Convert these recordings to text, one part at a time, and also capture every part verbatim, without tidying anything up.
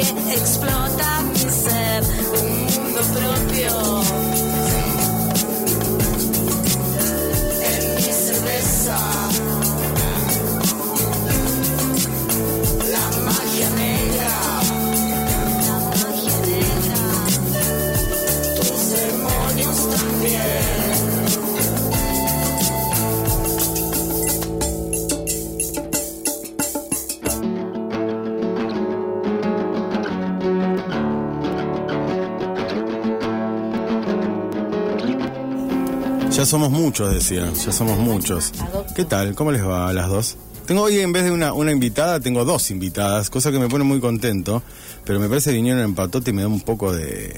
que explota mi ser, un mundo propio. En mi cerveza, la magia negra, la magia negra, tus demonios también. Ya somos muchos, decía, ya somos muchos. ¿Qué tal? ¿Cómo les va a las dos? Tengo hoy, en vez de una, una invitada, tengo dos invitadas, cosa que me pone muy contento, pero me parece que vinieron en patote y me da un poco de...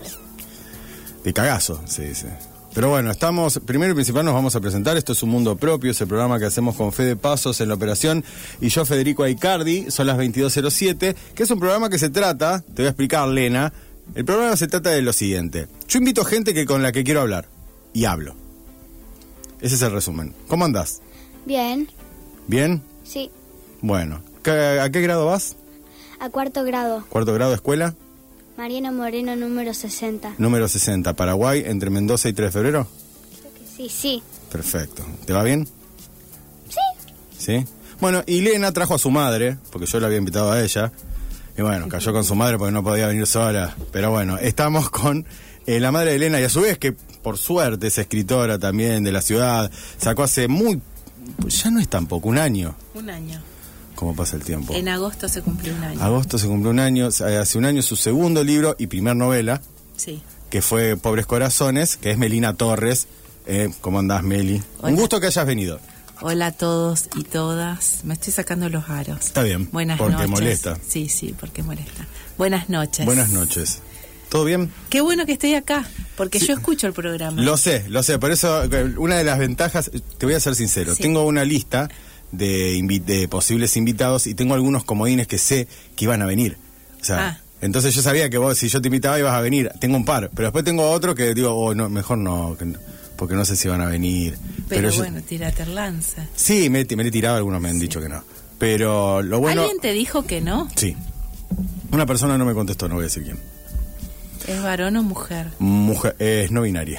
de cagazo, se dice. Pero bueno, estamos, primero y principal nos vamos a presentar. Esto es Un Mundo Propio, es el programa que hacemos con Fede Pasos en la operación y yo, Federico Aicardi. Son las veintidós cero siete, que es un programa que se trata, te voy a explicar, Lena, el programa se trata de lo siguiente. Yo invito gente que con la que quiero hablar, y hablo. Ese es el resumen. ¿Cómo andás? Bien. ¿Bien? Sí. Bueno, ¿a qué grado vas? A cuarto grado. ¿Cuarto grado de escuela? Mariano Moreno, número sesenta. Número sesenta, Paraguay, entre Mendoza y tres de febrero. Sí, sí. Perfecto. ¿Te va bien? Sí. ¿Sí? Bueno, y Lena trajo a su madre, porque yo la había invitado a ella. Y bueno, cayó con su madre porque no podía venir sola. Pero bueno, estamos con eh, la madre de Lena, y a su vez, que por suerte es escritora también de la ciudad. Sacó hace muy... ya no es tampoco, un año. Un año. ¿Cómo pasa el tiempo? En agosto se cumplió un año. Agosto se cumplió un año, hace un año su segundo libro y primer novela. Sí. Que fue Pobres Corazones, que es Melina Torres. Eh, ¿Cómo andás, Meli? Hola. Un gusto que hayas venido. Hola a todos y todas. Me estoy sacando los aros. Está bien. Buenas porque noches. Porque molesta. Sí, sí, porque molesta. Buenas noches. Buenas noches. ¿Todo bien? Qué bueno que estoy acá, porque sí. Yo escucho el programa. Lo sé, lo sé. Por eso, una de las ventajas, te voy a ser sincero, sí. Tengo una lista de, invi- de posibles invitados y tengo algunos comodines que sé que iban a venir. O sea, ah. Entonces yo sabía que vos, si yo te invitaba, ibas a venir. Tengo un par, pero después tengo otro que digo, oh, no, mejor no, que no, porque no sé si van a venir. Pero, pero bueno, yo... tírate el lanza. Sí, me, me he tirado, algunos me han sí. dicho que no. Pero lo bueno... ¿Alguien te dijo que no? Sí. Una persona no me contestó, no voy a decir quién. ¿Es varón o mujer? Mujer, eh, es no binaria.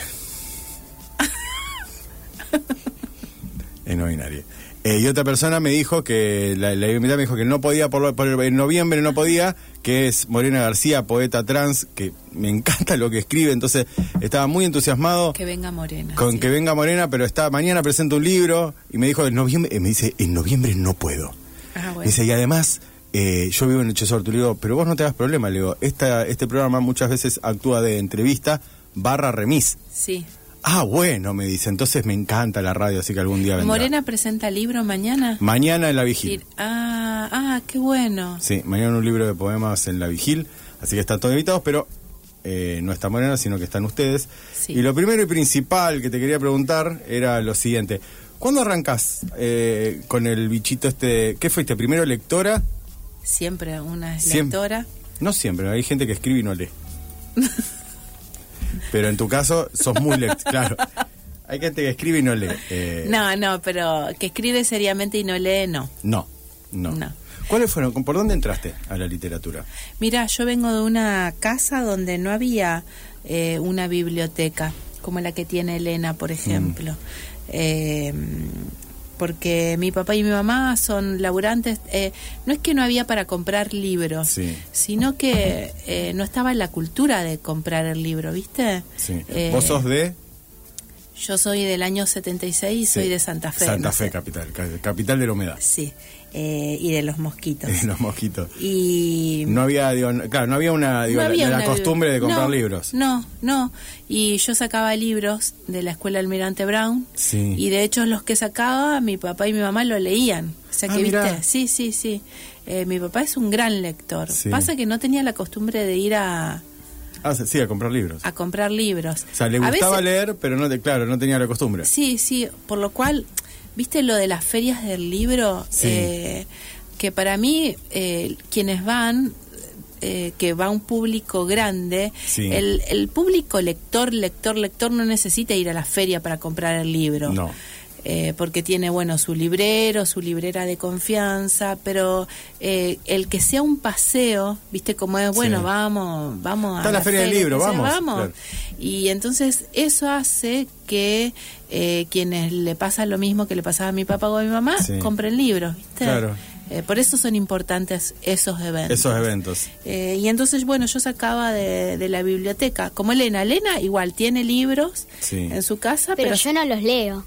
Es no binaria. Eh, y otra persona me dijo que, la, la invitada me dijo que no podía, por, por en noviembre no podía, que es Morena García, poeta trans, que me encanta lo que escribe, entonces estaba muy entusiasmado. Que venga Morena. Con sí. que venga Morena, pero está mañana presenta un libro, y me dijo en noviembre, eh, me dice, en noviembre no puedo. Ah, bueno. Me dice, y además... Eh, yo vivo en Echezortu, le digo, pero vos no te das problema, le digo, esta, este programa muchas veces actúa de entrevista barra remis. Sí. Ah, bueno, me dice, entonces me encanta la radio, así que algún día vendrá. ¿Morena presenta libro mañana? Mañana en La Vigil. Sí. Ah, ah, qué bueno. Sí, mañana un libro de poemas en La Vigil, así que están todos invitados, pero eh, no está Morena, sino que están ustedes. Sí. Y lo primero y principal que te quería preguntar era lo siguiente, ¿cuándo arrancás eh, con el bichito este? ¿Qué fuiste, primero lectora? Siempre una siempre, lectora. No siempre, hay gente que escribe y no lee. Pero en tu caso sos muy lectora, claro. Hay gente que escribe y no lee. Eh... No, no, pero que escribe seriamente y no lee, no. No, no. no. ¿Cuáles fueron? ¿Por dónde entraste a la literatura? Mira, yo vengo de una casa donde no había eh, una biblioteca, como la que tiene Elena, por ejemplo. Mm. Eh... porque mi papá y mi mamá son laburantes, eh, no es que no había para comprar libros, sí. sino que eh, no estaba en la cultura de comprar el libro, ¿viste? Sí. Eh, ¿Vos sos de...? Yo soy del año setenta y seis y sí. soy de Santa Fe. Santa no Fe, sé. capital, capital de la humedad. Sí, eh, y de los mosquitos. De los mosquitos. Y... No había, digo, claro, no había una, digo, no había la, una la costumbre de comprar no, libros. No, no, y yo sacaba libros de la escuela Almirante Brown, sí. y de hecho los que sacaba, mi papá y mi mamá lo leían. O sea que, ah, viste, mirá. sí, sí, sí. Eh, mi papá es un gran lector. Sí. Pasa que no tenía la costumbre de ir a... Ah, sí, a comprar libros. A comprar libros. O sea, le A gustaba veces, leer, pero no, te, claro, no tenía la costumbre. Sí, sí, por lo cual, viste lo de las ferias del libro, sí. eh, que para mí, eh, quienes van, eh, que va un público grande, sí. el, el público lector, lector, lector no necesita ir a la feria para comprar el libro. No. eh, porque tiene, bueno, su librero, su librera de confianza, pero eh, el que sea un paseo, viste como es, bueno, Sí. vamos, vamos Está a la feria del libro, entonces, vamos. vamos. Claro. Y entonces eso hace que eh, quienes le pasa lo mismo que le pasaba a mi papá o a mi mamá, Sí. compren libros, ¿viste? Claro. Eh, por eso son importantes esos eventos. Esos eventos. Eh, y entonces, bueno, yo sacaba de, de la biblioteca, como Elena. Elena igual tiene libros Sí. en su casa, Pero pero, yo no los leo.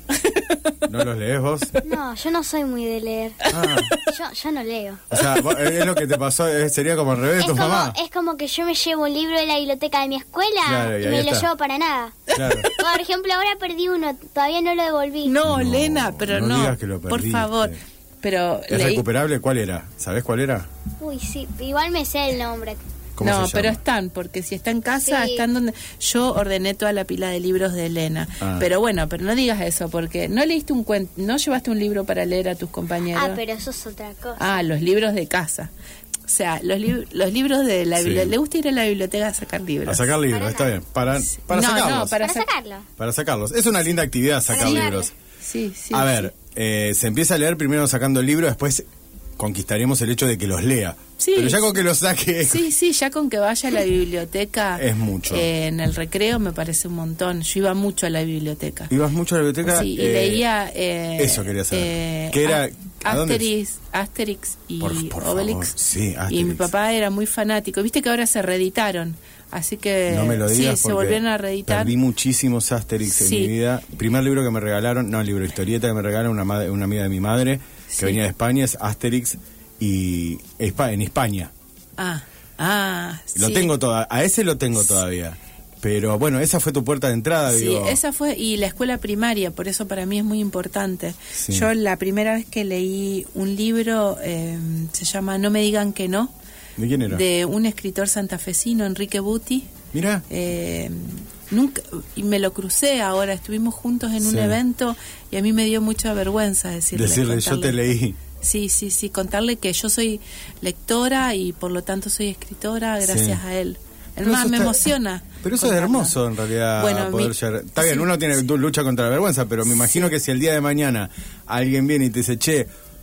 ¿No los lees vos? No, yo no soy muy de leer. Ah, Yo, yo no leo. o sea, vos- es lo que te pasó, eh, sería como al revés de Es tu como, mamá. es como que yo me llevo un libro de la biblioteca de mi escuela Claro, y y, ahí me lo está. llevo para nada. Claro. Por ejemplo, ahora perdí uno, todavía no lo devolví. no, No, Elena, pero no no, digas que lo por perdiste. favor. Pero ¿Es leí- recuperable? ¿Cuál era? ¿Sabés cuál era? Uy, sí, igual me sé el nombre. ¿Cómo no, se pero llama? están, porque si está en casa, Sí. están donde... Yo ordené toda la pila de libros de Elena. Ah. Pero bueno, pero no digas eso, porque no leíste un cuento, no llevaste un libro para leer a tus compañeros. Ah, pero eso es otra cosa. Ah, los libros de casa. O sea, los, lib- los libros de la Sí. biblioteca. ¿Le gusta ir a la biblioteca a sacar libros? A sacar libros, Para está nada. bien. Para, para No, no, sacarlos. para Para sa- sacarlo. Para sacarlos. Es una linda actividad sacar Sí. libros. Sí, sí. A sí. ver, eh, se empieza a leer primero sacando el libro, después conquistaremos el hecho de que los lea. Sí. Pero ya con que los saque... Sí, sí, ya con que vaya a la biblioteca. Es mucho. eh, en el recreo me parece un montón. Yo iba mucho a la biblioteca. ¿Ibas mucho a la biblioteca? Sí, y Eh, leía. eh, eso quería saber. eh, ¿Qué era? A- ¿A dónde? Asterix, Asterix y Por- por favor, Obelix. sí, Y Asterix. mi papá era muy fanático. Viste que ahora se reeditaron. Así que. No me lo digas sí, se porque volvieron a reeditar. perdí muchísimos Asterix Sí. en mi vida. Primer libro que me regalaron, no, libro de historieta que me regalaron una, madre- una amiga de mi madre, que Sí. venía de España, es Asterix y Espa- en España. Ah, ah. Lo sí. tengo toda, a ese lo tengo todavía. Pero bueno, esa fue tu puerta de entrada, Sí, digo. esa fue, y la escuela primaria, por eso para mí es muy importante. Sí. Yo la primera vez que leí un libro, eh, se llama No me digan que no, ¿De quién era? de un escritor santafesino, Enrique Buti. Mira, Eh, nunca, y me lo crucé ahora, estuvimos juntos en un Sí. evento y a mí me dio mucha vergüenza decirle. decirle, yo te contarle- leí. Sí, sí, sí, contarle que yo soy lectora y por lo tanto soy escritora gracias Sí. a él. El Pero más eso me está- emociona. Pero eso es contarlo. hermoso en realidad. Bueno, poder mi- llegar- Está bien, sí, uno tiene sí. du- lucha contra la vergüenza, pero me imagino que si el día de mañana alguien viene y te dice, che,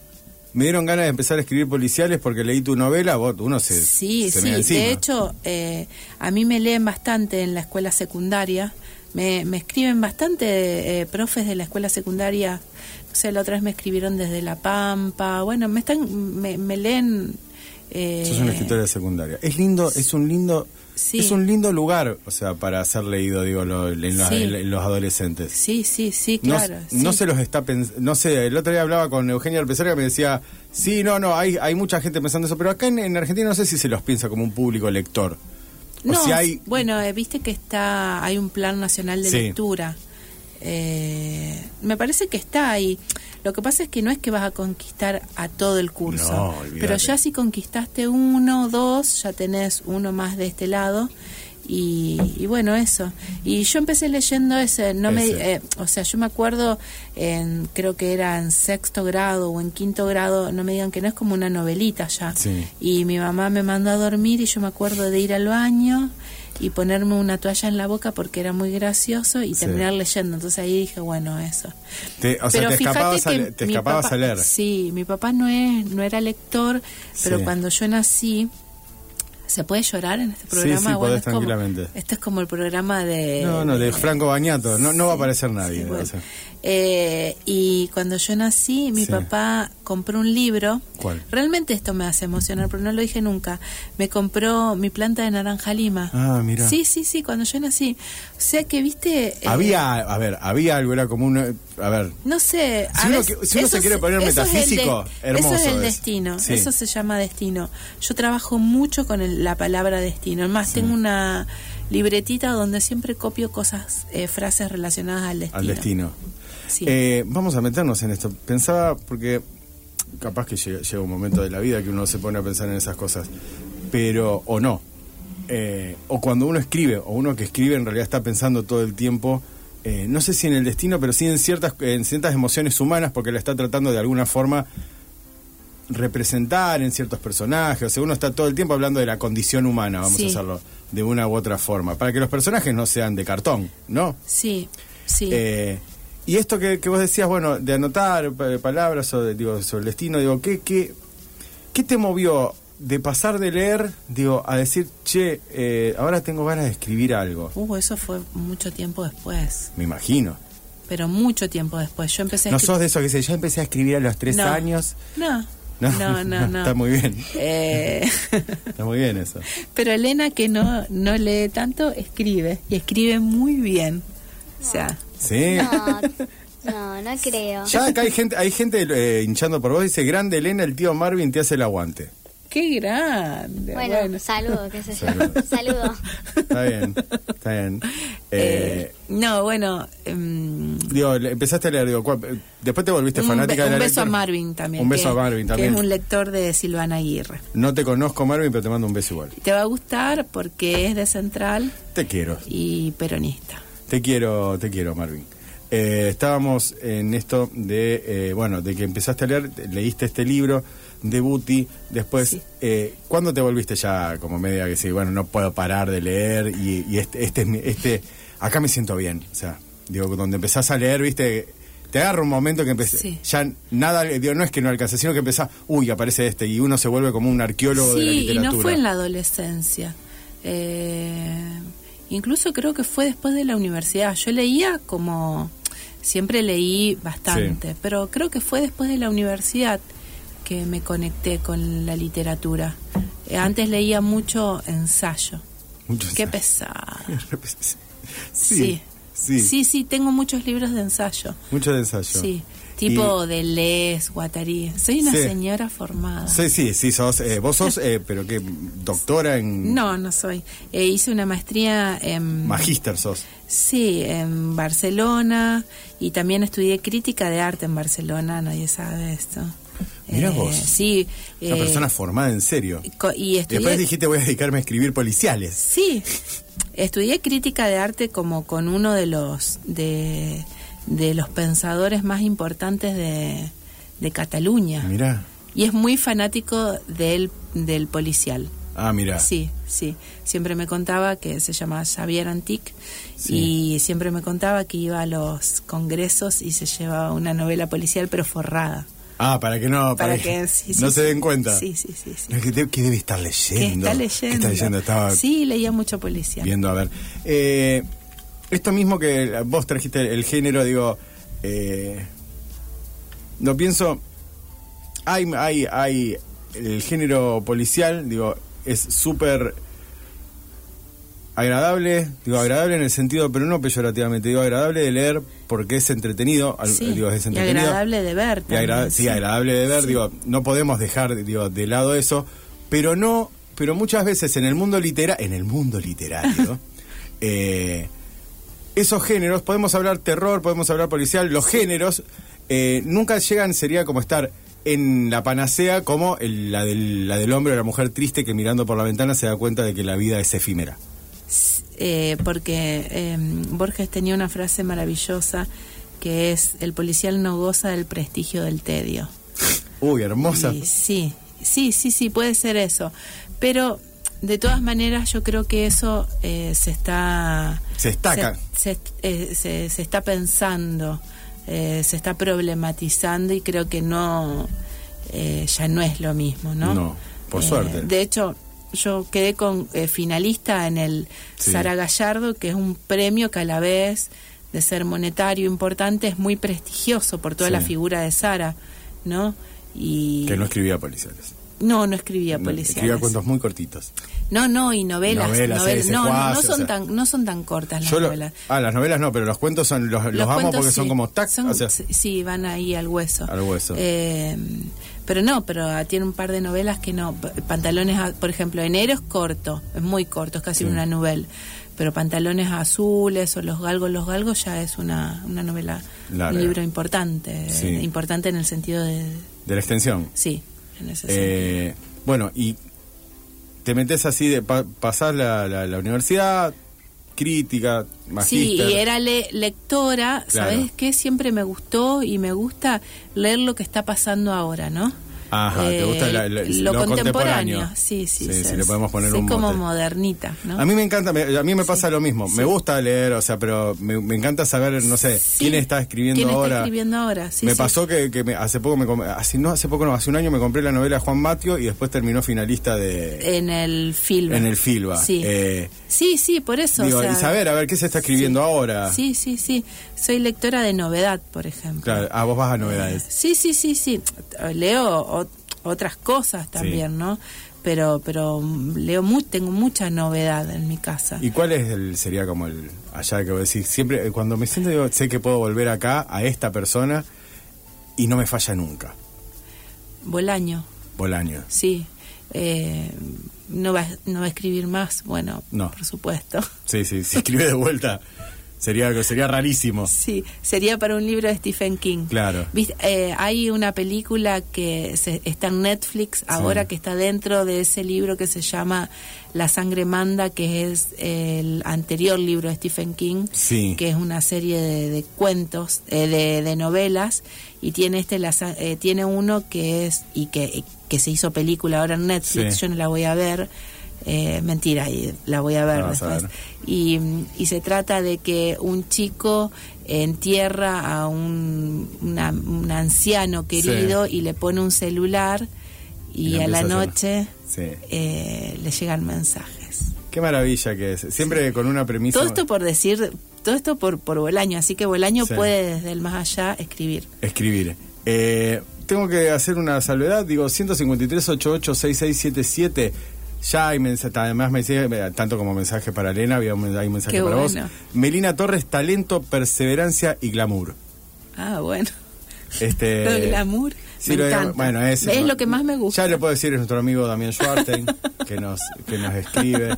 me dieron ganas de empezar a escribir policiales porque leí tu novela, vos, uno se, Sí, se sí. mea encima. De hecho, eh, a mí me leen bastante en la escuela secundaria. Me, me escriben bastante eh, profes de la escuela secundaria. O sea, la otra vez me escribieron desde La Pampa. Bueno, me están, me, me leen. Eh, Sos una escritora de secundaria. Es lindo, es un lindo, Sí. es un lindo lugar, o sea, para ser leído, digo, lo- en, los, Sí. en los adolescentes. Sí, sí, sí, No, claro. no sí. se los está pensando, no sé, el otro día hablaba con Eugenia Alpesaria que me decía, sí, no, no, hay, hay mucha gente pensando eso, pero acá en, en Argentina no sé si se los piensa como un público lector. O No, si hay... bueno, eh, viste que está, hay un plan nacional de Sí. lectura. Eh, me parece que está ahí. Lo que pasa es que no es que vas a conquistar a todo el curso, No, olvídate. pero ya si conquistaste uno, dos, ya tenés uno más de este lado. Y, y bueno, eso. Y yo empecé leyendo ese, no me, Ese. eh, o sea, yo me acuerdo, en, creo que era en sexto grado o en quinto grado, no me digan que no, es como una novelita ya. Sí. Y mi mamá me mandó a dormir y yo me acuerdo de ir al baño y ponerme una toalla en la boca porque era muy gracioso y Sí. terminar leyendo. Entonces ahí dije, bueno, eso. Te, o sea, Pero te fíjate escapabas, a, que le- te mi escapabas papá- a leer. Sí, mi papá no es, no era lector, pero Sí. cuando yo nací, ¿se puede llorar en este Sí, programa? sí, podés es como- tranquilamente. este es como el programa de... No, no, de Franco Bañato, no, no va a Sí, aparecer nadie. sí, bueno. o sea. Eh, y cuando yo nací, mi Sí. papá compró un libro. ¿Cuál? Realmente esto me hace emocionar, pero no lo dije nunca. Me compró Mi planta de naranja lima. Ah, mira. Sí, sí, sí, cuando yo nací. O sea que, viste... eh, Había, a ver, había algo, era como una, a ver, No sé. a Si uno veces- que- si uno se eso quiere es- poner eso es el metafísico, de- hermoso Eso es el es. destino. Sí. Eso se llama destino. Yo trabajo mucho con el- la palabra destino. Además, tengo una libretita donde siempre copio cosas, eh, frases relacionadas al destino. al destino. Sí. Eh, vamos a meternos en esto. Pensaba, porque capaz que llega, llega un momento de la vida que uno se pone a pensar en esas cosas, pero, o no. Eh, o cuando uno escribe, o uno que escribe en realidad está pensando todo el tiempo, eh, no sé si en el destino, pero sí en ciertas, en ciertas emociones humanas, porque la está tratando de alguna forma representar en ciertos personajes. O sea, uno está todo el tiempo hablando de la condición humana, vamos Sí. a hacerlo de una u otra forma, para que los personajes no sean de cartón, ¿no? Sí, sí. Eh, y esto que, que vos decías, bueno, de anotar eh, palabras o de, digo, sobre el destino, digo, ¿qué, qué, ¿qué te movió de pasar de leer, digo, a decir, che, eh, ahora tengo ganas de escribir algo? Uh, eso fue mucho tiempo después. Me imagino. Pero mucho tiempo después. Yo empecé a ¿No escri- sos de eso que dice, ya empecé a escribir a los tres No. años? No. No, No, no, no. Está muy bien. Eh, Está muy bien eso. Pero Elena, que no, no lee tanto, escribe. Y escribe muy bien. O sea, Sí. No, no, no creo. Ya acá hay gente, hay gente eh, hinchando por vos, dice, grande Elena, el tío Marvin te hace el aguante. qué grande. Bueno, Bueno. saludo, qué sé yo. Saludo. Saludo. Está bien, está bien. Eh, Eh, no, bueno. em, digo, le- empezaste a leer, digo, ¿cuál- eh, después te volviste un, fanática be- de la un beso a lectura? Marvin también. Un beso que- a Marvin también. Que es un lector de Silvana Aguirre. No te conozco, Marvin, pero te mando un beso igual. Te va a gustar porque es de Central Te quiero, y peronista. te quiero, te quiero, Marvin. Eh, estábamos en esto de, eh, bueno, de que empezaste a leer, leíste este libro de Buti, después, Sí. eh, ¿cuándo te volviste ya como media que sí, bueno, no puedo parar de leer y, y este, este, es mi- este, acá me siento bien, o sea, digo, donde empezás a leer, viste, te agarra un momento que empecé, Sí. ya nada, digo, no es que no alcanza, sino que empezás, uy, aparece este, y uno se vuelve como un arqueólogo de la Sí, y literatura. no fue en la adolescencia. Eh, incluso creo que fue después de la universidad. Yo leía como... Siempre leí bastante, Sí. pero creo que fue después de la universidad que me conecté con la literatura. Eh, antes leía mucho ensayo. Muchos Qué años. pesado. Sí, Sí. sí, Sí, sí, tengo muchos libros de ensayo. mucho de ensayo. Sí, tipo Deleuze, Guattari. Soy una Sí. señora formada. Sí, sí, sí, sos, eh, vos sos, eh, pero qué, doctora en... No, no soy. Eh, hice una maestría en... Magíster sos. Sí, en Barcelona, y también estudié crítica de arte en Barcelona, nadie sabe esto. Mirá Eh, vos. Sí. Una eh, persona formada en serio. co- y estudié... Después dijiste voy a dedicarme a escribir policiales. Sí, estudié crítica de arte como con uno de los de, de los pensadores más importantes de, de Cataluña. Mirá. Y es muy fanático del, del policial. Ah, mirá. Sí, sí. Siempre me contaba que se llama Xavier Antic, Sí. y siempre me contaba que iba a los congresos y se llevaba una novela policial pero forrada. Ah, para que no, para, Para que sí, sí, no sí. se den cuenta. Sí, sí, sí. sí. ¿Qué, de- qué debe estar ¿Qué leyendo? está ¿Qué leyendo? está leyendo? Estaba Sí, leía mucho policial. viendo, a ver. Eh, esto mismo que vos trajiste el género, digo, eh, no pienso, hay, hay, hay, el género policial, digo, es súper agradable, digo, agradable en el sentido, pero no peyorativamente, digo, agradable de leer porque es entretenido, al- Sí, digo, es y entretenido. agradable de ver Y agra- también, sí, sí. agradable de ver, Sí. digo, no podemos dejar, digo, de lado eso, pero no, pero muchas veces en el mundo litera, en el mundo literario, eh, esos géneros, podemos hablar terror, podemos hablar policial, los géneros eh, nunca llegan, sería como estar en la panacea como el- la, del, la del hombre o la mujer triste que mirando por la ventana se da cuenta de que la vida es efímera. Eh, porque eh, Borges tenía una frase maravillosa que es: el policial no goza del prestigio del tedio. Uy, hermosa. Y sí, sí, sí, sí, puede ser eso. Pero de todas maneras yo creo que eso eh, se está... Se estaca. Se, se, eh, se- se está pensando, eh, se está problematizando, y creo que no, eh, ya no es lo mismo, ¿no? No, por Eh, suerte. De hecho, yo quedé con eh, finalista en el Sí. Sara Gallardo, que es un premio que a la vez de ser monetario importante es muy prestigioso por toda Sí. la figura de Sara, ¿no? Y Que no escribía policiales. no, no escribía No, policiales. escribía cuentos muy cortitos. No, no, y novelas, Novelas, novelas. ese No, no, no Juárez, o son sea. tan, no son tan cortas las Yo lo- novelas. ah, las novelas no, pero los cuentos son los, los Los amo cuentos porque son sí, como tac, son- o sea, sí, van ahí al hueso. al hueso. Eh, pero no, pero tiene un par de novelas que no. P- Pantalones, a- por ejemplo, Enero es corto, es muy corto, es casi Sí. una novela. Pero Pantalones Azules o Los Galgos, Los Galgos ya es una, una novela, Larga. un libro importante. Sí. eh, importante en el sentido de. de la extensión. Sí, en ese sentido. Eh, bueno, y te metes así de pa- pasar la, la, la universidad, crítica, Sí, magíster. y era le- lectora, Claro. ¿sabes qué? Siempre me gustó y me gusta leer lo que está pasando ahora, ¿no? Ajá, ¿te gusta la- la- lo, lo contemporáneo? contemporáneo? Sí, sí. Sí, sí, sí, le podemos poner soy un como mote. modernita, ¿no? A mí me encanta, me- a mí me pasa Sí. lo mismo. Sí. Me gusta leer, o sea, pero me, me encanta saber, no sé, Sí. quién está escribiendo ¿Quién ahora. está escribiendo ahora? Sí, me sí. pasó que, que me- hace poco me com- así no hace poco no, hace un año me compré la novela Juan Matio y después terminó finalista de En el Filba. en el Filba. Sí. Eh, Sí, sí, por eso. digo, o sea, y saber a ver qué se está escribiendo sí. ahora. Sí, sí, sí. Soy lectora de novedad, por ejemplo. Claro, ah, vos vas a novedades. Sí, sí, sí, sí. Leo o- otras cosas también, Sí. ¿no? Pero, pero leo mu tengo mucha novedad en mi casa. ¿Y cuál es el sería como el allá que vos decís? Siempre eh, cuando me siento digo, sé que puedo volver acá a esta persona y no me falla nunca. Bolaño, Bolaño. sí. Eh, no va, no va a escribir más, bueno, No. por supuesto. Sí, sí, si escribe de vuelta sería algo sería rarísimo. Sí, sería para un libro de Stephen King. Claro. ¿Viste? Eh, hay una película que se, está en Netflix ahora, que está dentro de ese libro que se llama La sangre manda, que es el anterior libro de Stephen King, Sí. que es una serie de, de cuentos, eh, de, de novelas, y tiene este la sa- eh, tiene uno que es y que, que se hizo película ahora en Netflix. Sí. Yo no la voy a ver. Eh, mentira, y la voy a ver La vas a después. ver. Y, y se trata de que un chico entierra a un, una- un anciano querido y le pone un celular y, Y lo a la empieza a noche Sí. eh, le llegan mensajes. Qué maravilla que es. Siempre con una premisa. Todo esto por decir, todo esto por, por Bolaño, así que Bolaño Sí. puede desde el más allá escribir. Escribir. Eh, tengo que hacer una salvedad, digo, ciento cincuenta y tres, ochenta y ocho, sesenta y seis setenta y siete. Ya hay mensajes, además me dice, tanto como mensaje para Elena, había un, hay un mensaje Qué para bueno. vos. Melina Torres, talento, perseverancia y glamour. Ah, bueno. Este, Lo del glamour, sí, me lo de- encanta. bueno, es, Es lo que más me gusta. Ya le puedo decir, es nuestro amigo Damián Schwarten, que nos, que nos escribe.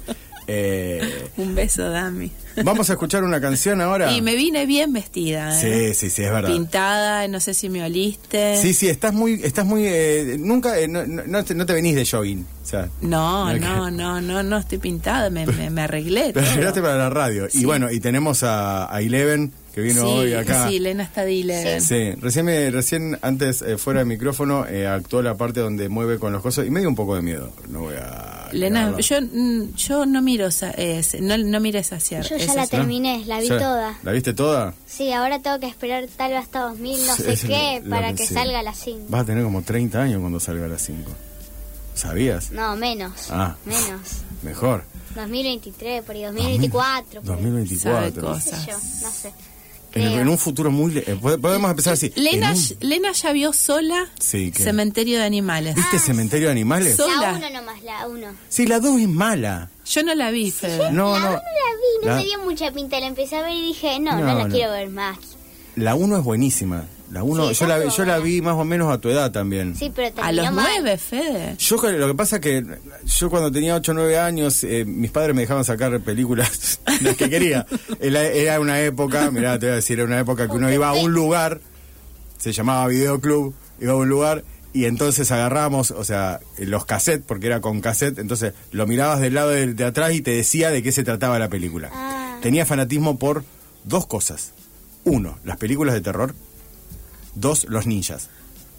Eh, Un beso, Dami. vamos a escuchar una canción ahora. Y me vine bien vestida, ¿eh? Sí, sí, sí, es verdad. Pintada, no sé si me oliste. Sí, sí, estás muy, estás muy, eh, nunca, eh, no, no, no te, no te venís de jogging, o sea. No, hay que- no, no, no, no estoy pintada, me, me, me arreglé. Te todo. arreglaste para la radio. Sí. Y bueno, y tenemos a, a Eleven, que vino sí, hoy acá. Sí, Elena está de Eleven. Sí, recién, me, recién antes, eh, fuera de micrófono, eh, actuó la parte donde mueve con los cosos y me dio un poco de miedo. No voy a... Elena, negarlo. yo, mm, yo no miro esa, es- no, no miré esa serie. Yo ya esa la serie. terminé, la vi ¿Ya? toda. ¿La viste toda? Sí, ahora tengo que esperar tal vez hasta dos mil, no Sí, sé eso qué, es lo- para lo que sí. salga a las cinco. Vas a tener como treinta años cuando salga a las cinco. ¿Sabías? No, menos. Ah. Menos. Mejor. dos mil veintitrés, por ahí, dos mil veinticuatro. por ahí. dos mil veinticuatro. Sabe Qué sé cosas. yo, no sé. En, el- Creo. en un futuro muy... le- eh, pode- podemos empezar así. Lena, En un- Lena ya vio sola Sí, ¿qué? Cementerio de Animales. ¿Viste Cementerio de Animales? So- La sola. uno nomás, la uno. Sí, la dos es mala. Yo no la vi, Fede. No, la no. uno la vi, no La- me dio mucha pinta, la empecé a ver y dije, no, no, No, la no. quiero ver más. La uno es buenísima. La uno, Sí, yo, la, está yo la buena. vi más o menos a tu edad también. Sí, pero A terminó los mal. nueve, Fede. Yo lo que pasa es que yo cuando tenía ocho o nueve años, eh, mis padres me dejaban sacar películas las que quería. Era, era una época, mirá, te voy a decir, era una época que uno iba a un lugar, se llamaba Videoclub, iba a un lugar y entonces agarramos, o sea, los cassettes, porque era con cassette, entonces lo mirabas del lado de, de atrás y te decía de qué se trataba la película. Ah. Tenía fanatismo por dos cosas. Uno, las películas de terror. Dos, los ninjas.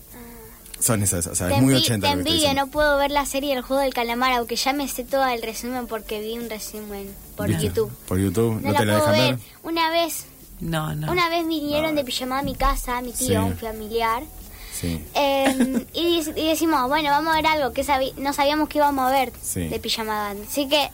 Son esas, o sea, Te, es muy envi- ochenta te lo que estoy envidia, diciendo. no puedo ver la serie del juego del calamar, aunque ya me sé todo el resumen porque vi un resumen por ¿Viste? YouTube. Por YouTube, no, No, te la la puedo dejan ver. ver. Una vez, No, no. una vez vinieron de pijamada a mi casa, mi tío, Sí. un familiar. Sí. Eh, y, y decimos, bueno, vamos a ver algo que sabi- no sabíamos que íbamos a ver Sí. de pijamada. Así que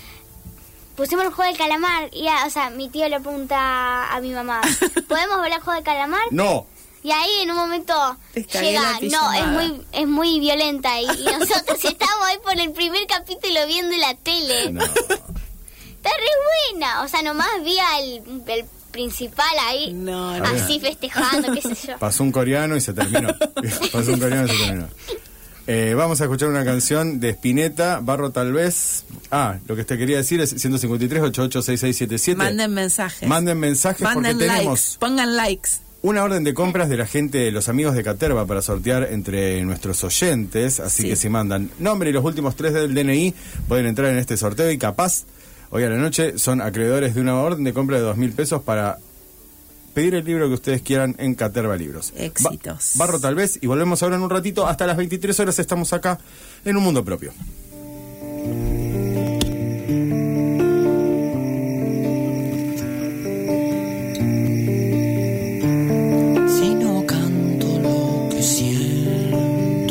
pusimos el juego del calamar y, a- o sea, mi tío le pregunta a mi mamá, ¿podemos ver el juego del calamar? No, Y ahí en un momento Te cagué llega, la no, pijamada. es muy es muy violenta y, y nosotros estamos ahí por el primer capítulo viendo la tele. no. Está re buena, o sea, nomás vi al el principal ahí, No, no. así festejando, qué sé yo. Pasó un coreano y se terminó. Pasó un coreano y se terminó. Eh, vamos a escuchar una canción de Spinetta, Barro tal vez. Ah, lo que te quería decir es ciento cincuenta y tres, ochenta y ocho, sesenta y seis setenta y siete. Manden mensajes. Manden mensajes Manden porque likes. tenemos Pongan likes. una orden de compras de la gente, los amigos de Caterva, para sortear entre nuestros oyentes. Así Sí. que si mandan nombre y los últimos tres del D N I, pueden entrar en este sorteo y capaz, hoy a la noche, son acreedores de una orden de compra de dos mil pesos para pedir el libro que ustedes quieran en Caterva Libros. Éxitos. Ba- Barro tal vez, y volvemos ahora en un ratito. Hasta las veintitrés horas estamos acá en Un Mundo Propio. Si no canto lo que siento,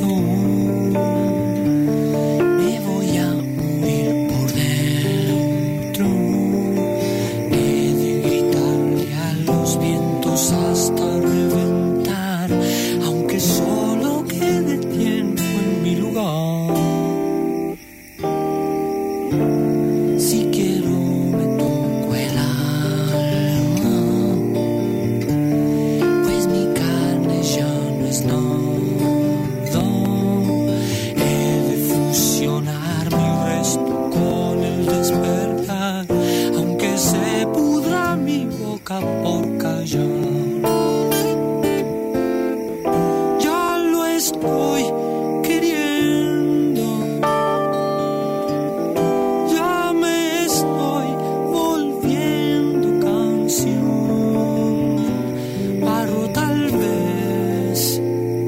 me voy a morir por dentro. He de gritarle a los vientos hasta reventar, aunque solo quede tiempo en mi lugar. Si quiero me toco el alma, pues mi carne ya no es nada. He de fusionar mi resto con el despertar, aunque se pudra mi boca por callar. Ya lo estoy queriendo, ya me estoy volviendo canción, barro tal vez.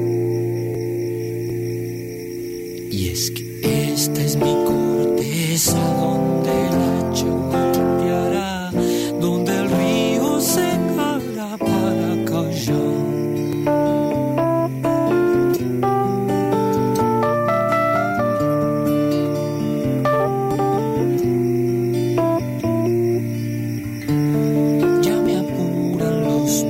Y es que esta es mi corteza donde el hacha golpeará, donde el río secará para callar. Ya me apuran los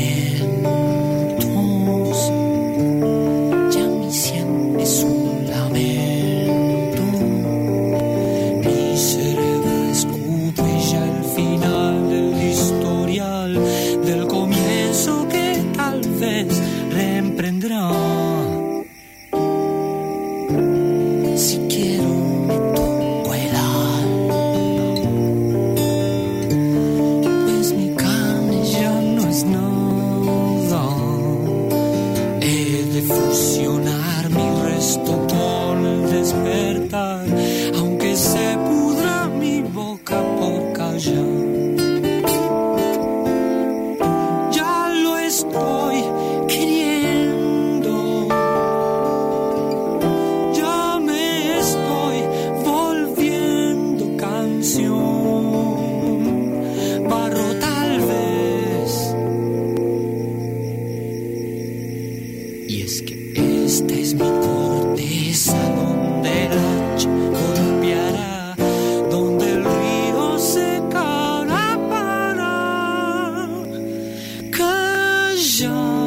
momentos, ya mi sien es un lamento, mi cerebro escupe ya el final del historial, del comienzo que tal vez reemprendrá. Si quiero me toco el alma, pues mi carne ya no es nada. He de fusionar mi resto con el despertar, aunque se pudra mi boca por callar. Ya lo estoy queriendo, ya me estoy volviendo canción, barro tal vez. Y es que esta es mi corteza donde el hacha golpeará, donde el río secará para callar.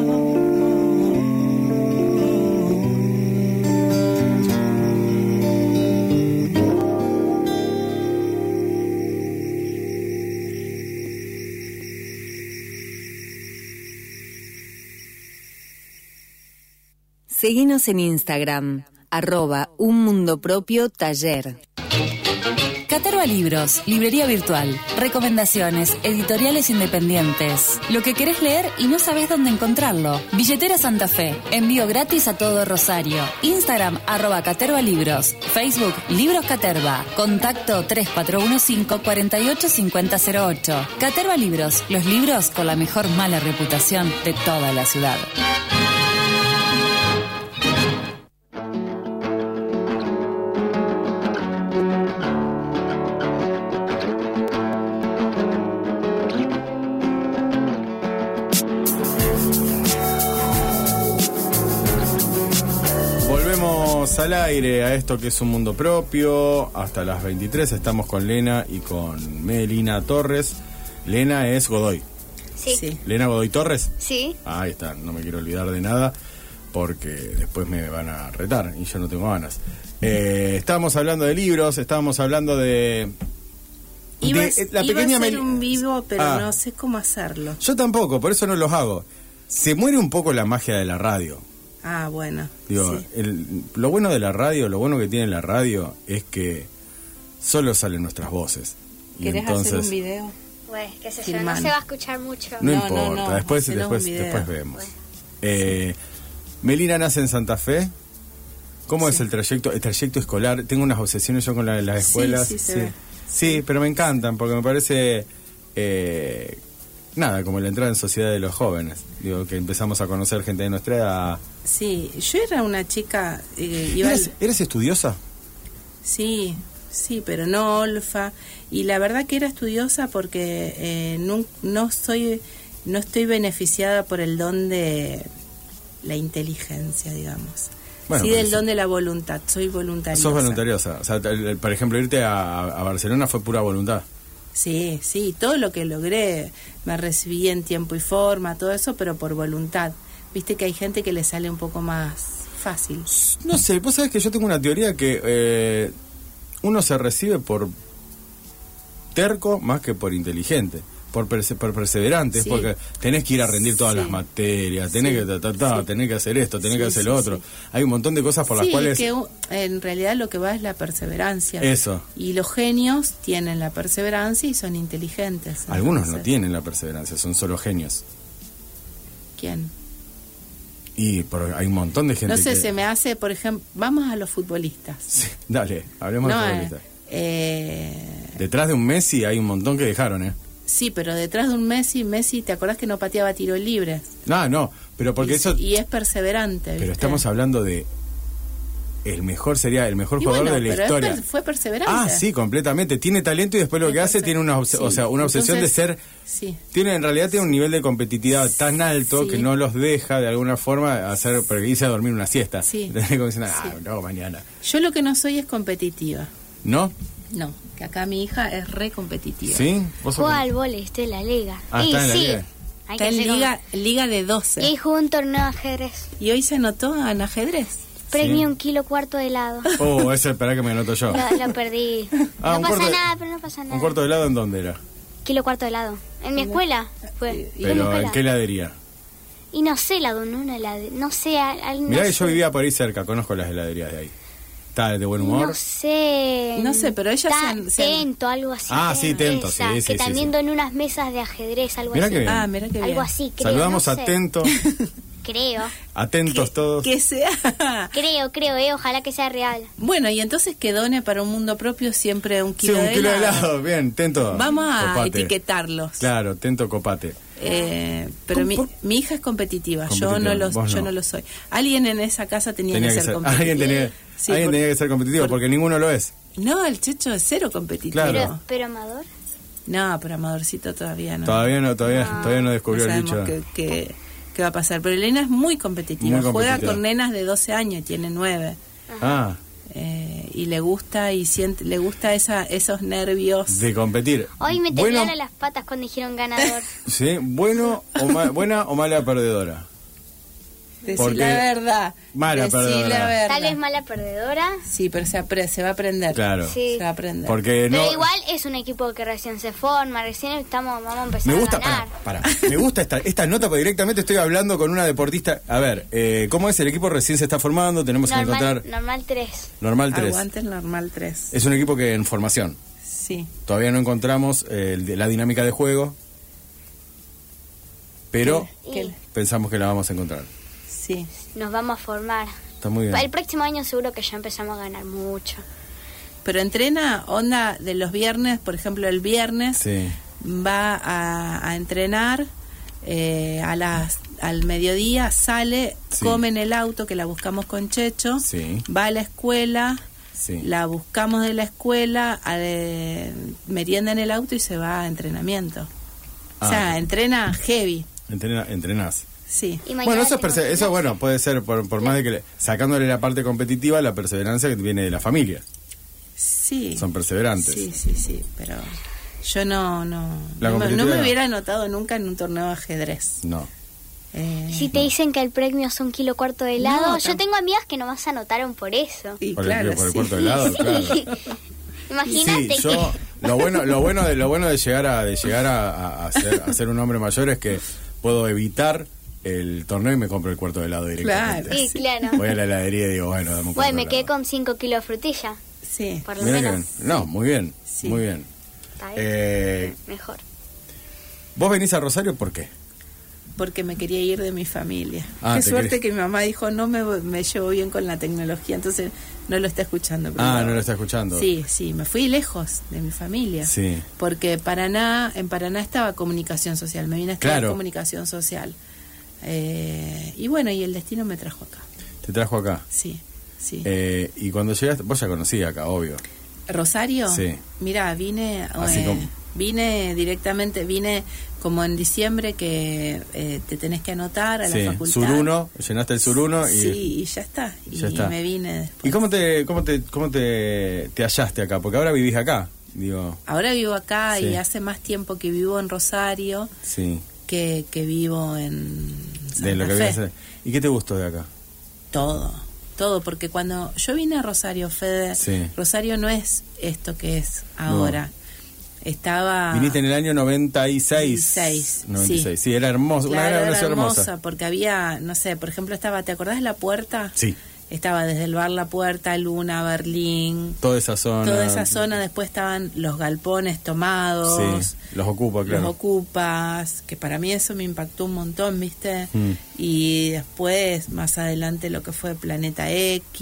Seguinos en Instagram, arroba Un Mundo Propio Taller. Caterva Libros, librería virtual, recomendaciones, editoriales independientes, lo que querés leer y no sabés dónde encontrarlo. Billetera Santa Fe, envío gratis a todo Rosario. Instagram, arroba Caterva Libros, Facebook, Libros Caterva, contacto tres cuatro uno cinco, cuatro ocho cinco cero cero ocho. Caterva Libros, los libros con la mejor mala reputación de toda la ciudad. Volvemos al aire a esto que es Un Mundo Propio. Hasta las veintitrés estamos con Lena y con Melina Torres. Lena es Godoy. Sí. Sí. ¿Lena Godoy Torres? Sí. Ah, ahí está, no me quiero olvidar de nada porque después me van a retar y yo no tengo ganas. Eh, estábamos hablando de libros, estábamos hablando de... Iba, de a- la iba pequeña a hacer Mel- un vivo, pero Ah. no sé cómo hacerlo. Yo tampoco, por eso no los hago. Se muere un poco la magia de la radio. Ah, bueno. Digo, sí. el- lo bueno de la radio, lo bueno que tiene la radio es que solo salen nuestras voces. Y ¿Querés entonces, hacer un video? Pues, qué sé yo, Filmando. no se va a escuchar mucho. No, No, importa, no, no, después, hacenos después, un video. después vemos. Bueno. Eh, Melina nace en Santa Fe. ¿Cómo Sí. es el trayecto? El trayecto escolar. Tengo unas obsesiones yo con la- las Sí, escuelas. sí, se ve. Sí, pero me encantan porque me parece... eh, nada, como la entrada en sociedad de los jóvenes. Digo, que empezamos a conocer gente de nuestra edad. Sí, yo era una chica... Eh, iba ¿Eres, al- ¿Eres estudiosa? Sí, sí, pero no olfa. Y la verdad que era estudiosa porque eh, no, no soy, no estoy beneficiada por el don de la inteligencia, digamos. Bueno, sí, pero del sí. don de la voluntad. Soy voluntariosa. Sos voluntariosa. O sea, el- el- por ejemplo, irte a, a Barcelona fue pura voluntad. Sí, sí, todo lo que logré, me recibí en tiempo y forma, todo eso, pero por voluntad. Viste que hay gente que le sale un poco más fácil. No sé, vos sabés que yo tengo una teoría que eh, uno se recibe por terco más que por inteligente, por, perse- por perseverante, Sí. porque tenés que ir a rendir todas Sí. las materias, tenés Sí. que ta, ta, ta, Sí. tenés que hacer esto, tenés Sí, que hacer sí, lo otro. sí. Hay un montón de cosas por las Sí, cuales... que u- en realidad lo que va es la perseverancia. Eso. Y los genios tienen la perseverancia y son inteligentes. Algunos no Entonces, tienen la perseverancia, son solo genios. ¿Quién? Y por- hay un montón de gente No sé, que... se me hace, por ejemplo, vamos a los futbolistas. Sí, dale, hablemos No, de eh, futbolistas. eh, Detrás de un Messi hay un montón que dejaron, ¿eh? sí, pero detrás de un Messi, Messi, ¿te acordás que no pateaba tiros libres? No, no, pero porque y, eso... y es perseverante. Pero ¿viste? estamos hablando de... El mejor sería el mejor Y jugador bueno, de la pero es historia. per- fue perseverante. Ah, sí, completamente. Tiene talento y después lo Es que hace perse- tiene una, obs- sí, o sea, una obsesión entonces, de ser... Sí. Tiene, en realidad tiene un nivel de competitividad tan alto Sí. que no los deja de alguna forma hacer, porque irse a dormir una siesta. Sí. Entonces, como diciendo, ah, Sí. no, mañana. Yo lo que no soy es competitiva. ¿No? No, que acá mi hija es re competitiva. ¿Sí? ¿Vos sos- Juega al vóley, estoy en la liga. Ah, y está en la sí, liga. hay Está que en ser como- liga, liga de doce. Y jugó un torneo de ajedrez. Y hoy se anotó en ajedrez. Premio un kilo cuarto de helado. Oh, ese, esperá que me anoto yo. Lo, lo perdí. Ah, no un pasa cuarto de- nada, pero no pasa nada. ¿Un cuarto de helado en dónde era? Kilo cuarto de helado. En mi escuela fue. Fue en mi Pero, escuela. ¿en qué heladería? Y no sé la donó una helade- No sé. Al, al- no Mirá que sé. yo vivía por ahí cerca, conozco las heladerías de ahí. ¿Está de buen humor? No sé. No sé, pero ellas Ta- se han- se han- Tento, algo así. Ah, sí, Tento, Esa, sí, sí, Que sí, también sí. donó unas mesas de ajedrez, algo Mirá así. que bien. Ah, mira qué bien. Algo así, creo. Saludamos no sé. atento, Creo. atentos todos. Que sea. Creo, creo, eh. Ojalá que sea real. Bueno, y entonces que done para un mundo propio siempre un Sí, kilo, un de, kilo de helado. helado, bien, tento. Vamos a copate. etiquetarlos. Claro, tento copate. Eh, pero mi, ¿Por- mi hija es competitiva, yo Competitiva, no lo, vos yo no. no lo soy. Alguien en esa casa tenía, Tenía que, que ser ser, competitivo. alguien tenía, Sí, alguien por- tenía que ser competitivo, por- porque ninguno lo es. No, el Checho es cero competitivo. Claro. Pero, pero Amador. No, pero Amadorcito todavía no. Todavía no, todavía, No. todavía no descubrió No el sabemos bicho. qué, qué- qué va a pasar. Pero Elena es muy competitiva. Muy Juega competitiva. con nenas de doce años, tiene nueve. Ah, Eh, y le gusta y siente, le gusta esa, esos nervios. de competir. Hoy me bueno, temblaron las patas cuando dijeron ganador. sí, bueno o ma- buena o mala perdedora. Decí porque- la verdad. Mala Decí perdedora. la verdad. Tal vez mala perdedora. Sí, pero se, apre- se va a aprender. Claro. Sí. Se va a aprender. Porque no. Pero igual es un equipo que recién se forma, recién estamos, vamos a empezar Me gusta, a ganar. para, para. Me gusta esta, esta nota porque directamente estoy hablando con una deportista. A ver, eh, ¿cómo es? El equipo recién se está formando, tenemos que Normal, encontrar normal tres. normal tres. Aguante el normal tres. Es un equipo que en formación. Sí. Todavía no encontramos eh, el de- la dinámica de juego, pero ¿Qué? pensamos que la vamos a encontrar. Sí. Nos vamos a formar. Está muy bien. El próximo año seguro que ya empezamos a ganar mucho. Pero entrena onda de los viernes, por ejemplo, el viernes Sí. va a, a entrenar eh, a las al mediodía, sale, Sí. come en el auto, que la buscamos con Checho, Sí. va a la escuela, Sí. la buscamos de la escuela, a de- merienda en el auto y se va a entrenamiento. Ah. O sea, entrena heavy, Entrena, entrenás. sí. Y mañana Bueno, eso, es tenemos perse- eso gimnasia. bueno, puede ser por, por más de que le- sacándole la parte competitiva, la perseverancia que viene de la familia. Sí. Son perseverantes. Sí, sí, sí, pero yo no no La no, me, no competitividad me no. hubiera anotado nunca en un torneo de ajedrez. No. Eh, Si te dicen que el premio es un kilo cuarto de helado, No, yo tam- tengo amigas que nomás se anotaron por eso. y Por claro, el, por el sí. cuarto de helado, claro. Imagínate Sí, yo lo bueno, lo bueno de lo bueno de llegar a de llegar a, a- a ser, a ser un hombre mayor es que puedo evitar el torneo y me compro el cuarto de helado directamente. que... Sí, claro. Voy a la heladería y digo, bueno, dame un cuarto Bueno, me de qué helado. con cinco kilos de frutilla, Sí. por lo Mirá que menos. bien. No, muy bien, Sí. muy bien. Está bien. Eh, Mejor. ¿Vos venís a Rosario por qué? porque me quería ir de mi familia. Ah, Qué te suerte querés- que mi mamá dijo, no me, me llevo bien con la tecnología, entonces no lo está escuchando. pero- Ah, no lo está escuchando. Sí, sí, me fui lejos de mi familia. Sí. Porque Paraná, en Paraná estaba comunicación social, me vine a estudiar Claro. comunicación social. Eh, y bueno, y el destino me trajo acá. Te trajo acá. Sí, sí. Eh, y cuando llegaste, vos ya conocías acá, obvio. ¿Rosario? Sí. Mirá, vine, Así eh, como- vine directamente, vine como en diciembre que eh, te tenés que anotar a Sí, la facultad. Sur uno, llenaste el Sur uno y... Sí, y ya está. Y Ya está. me vine después. ¿Y cómo te cómo te cómo te, te hallaste acá? Porque ahora vivís acá, digo. Ahora vivo acá Sí. y hace más tiempo que vivo en Rosario Sí. que, que vivo en Santa De lo que Fe. vienes a hacer. ¿Y qué te gustó de acá? Todo, todo, porque cuando yo vine a Rosario, Fede, Sí. Rosario no es esto que es ahora. Estaba... Viniste en el año noventa y seis. seis, noventa y sí. seis. Sí, era hermoso, Claro, una gran era ciudad hermosa, hermosa. porque había, no sé, por ejemplo, estaba, ¿te acordás de La Puerta? Sí, Estaba desde el bar La Puerta, Luna, Berlín, toda esa zona. toda esa zona. Después estaban los galpones tomados, Sí, los ocupa, claro. los ocupas, que para mí eso me impactó un montón, ¿viste? Mm. Y después, más adelante, lo que fue Planeta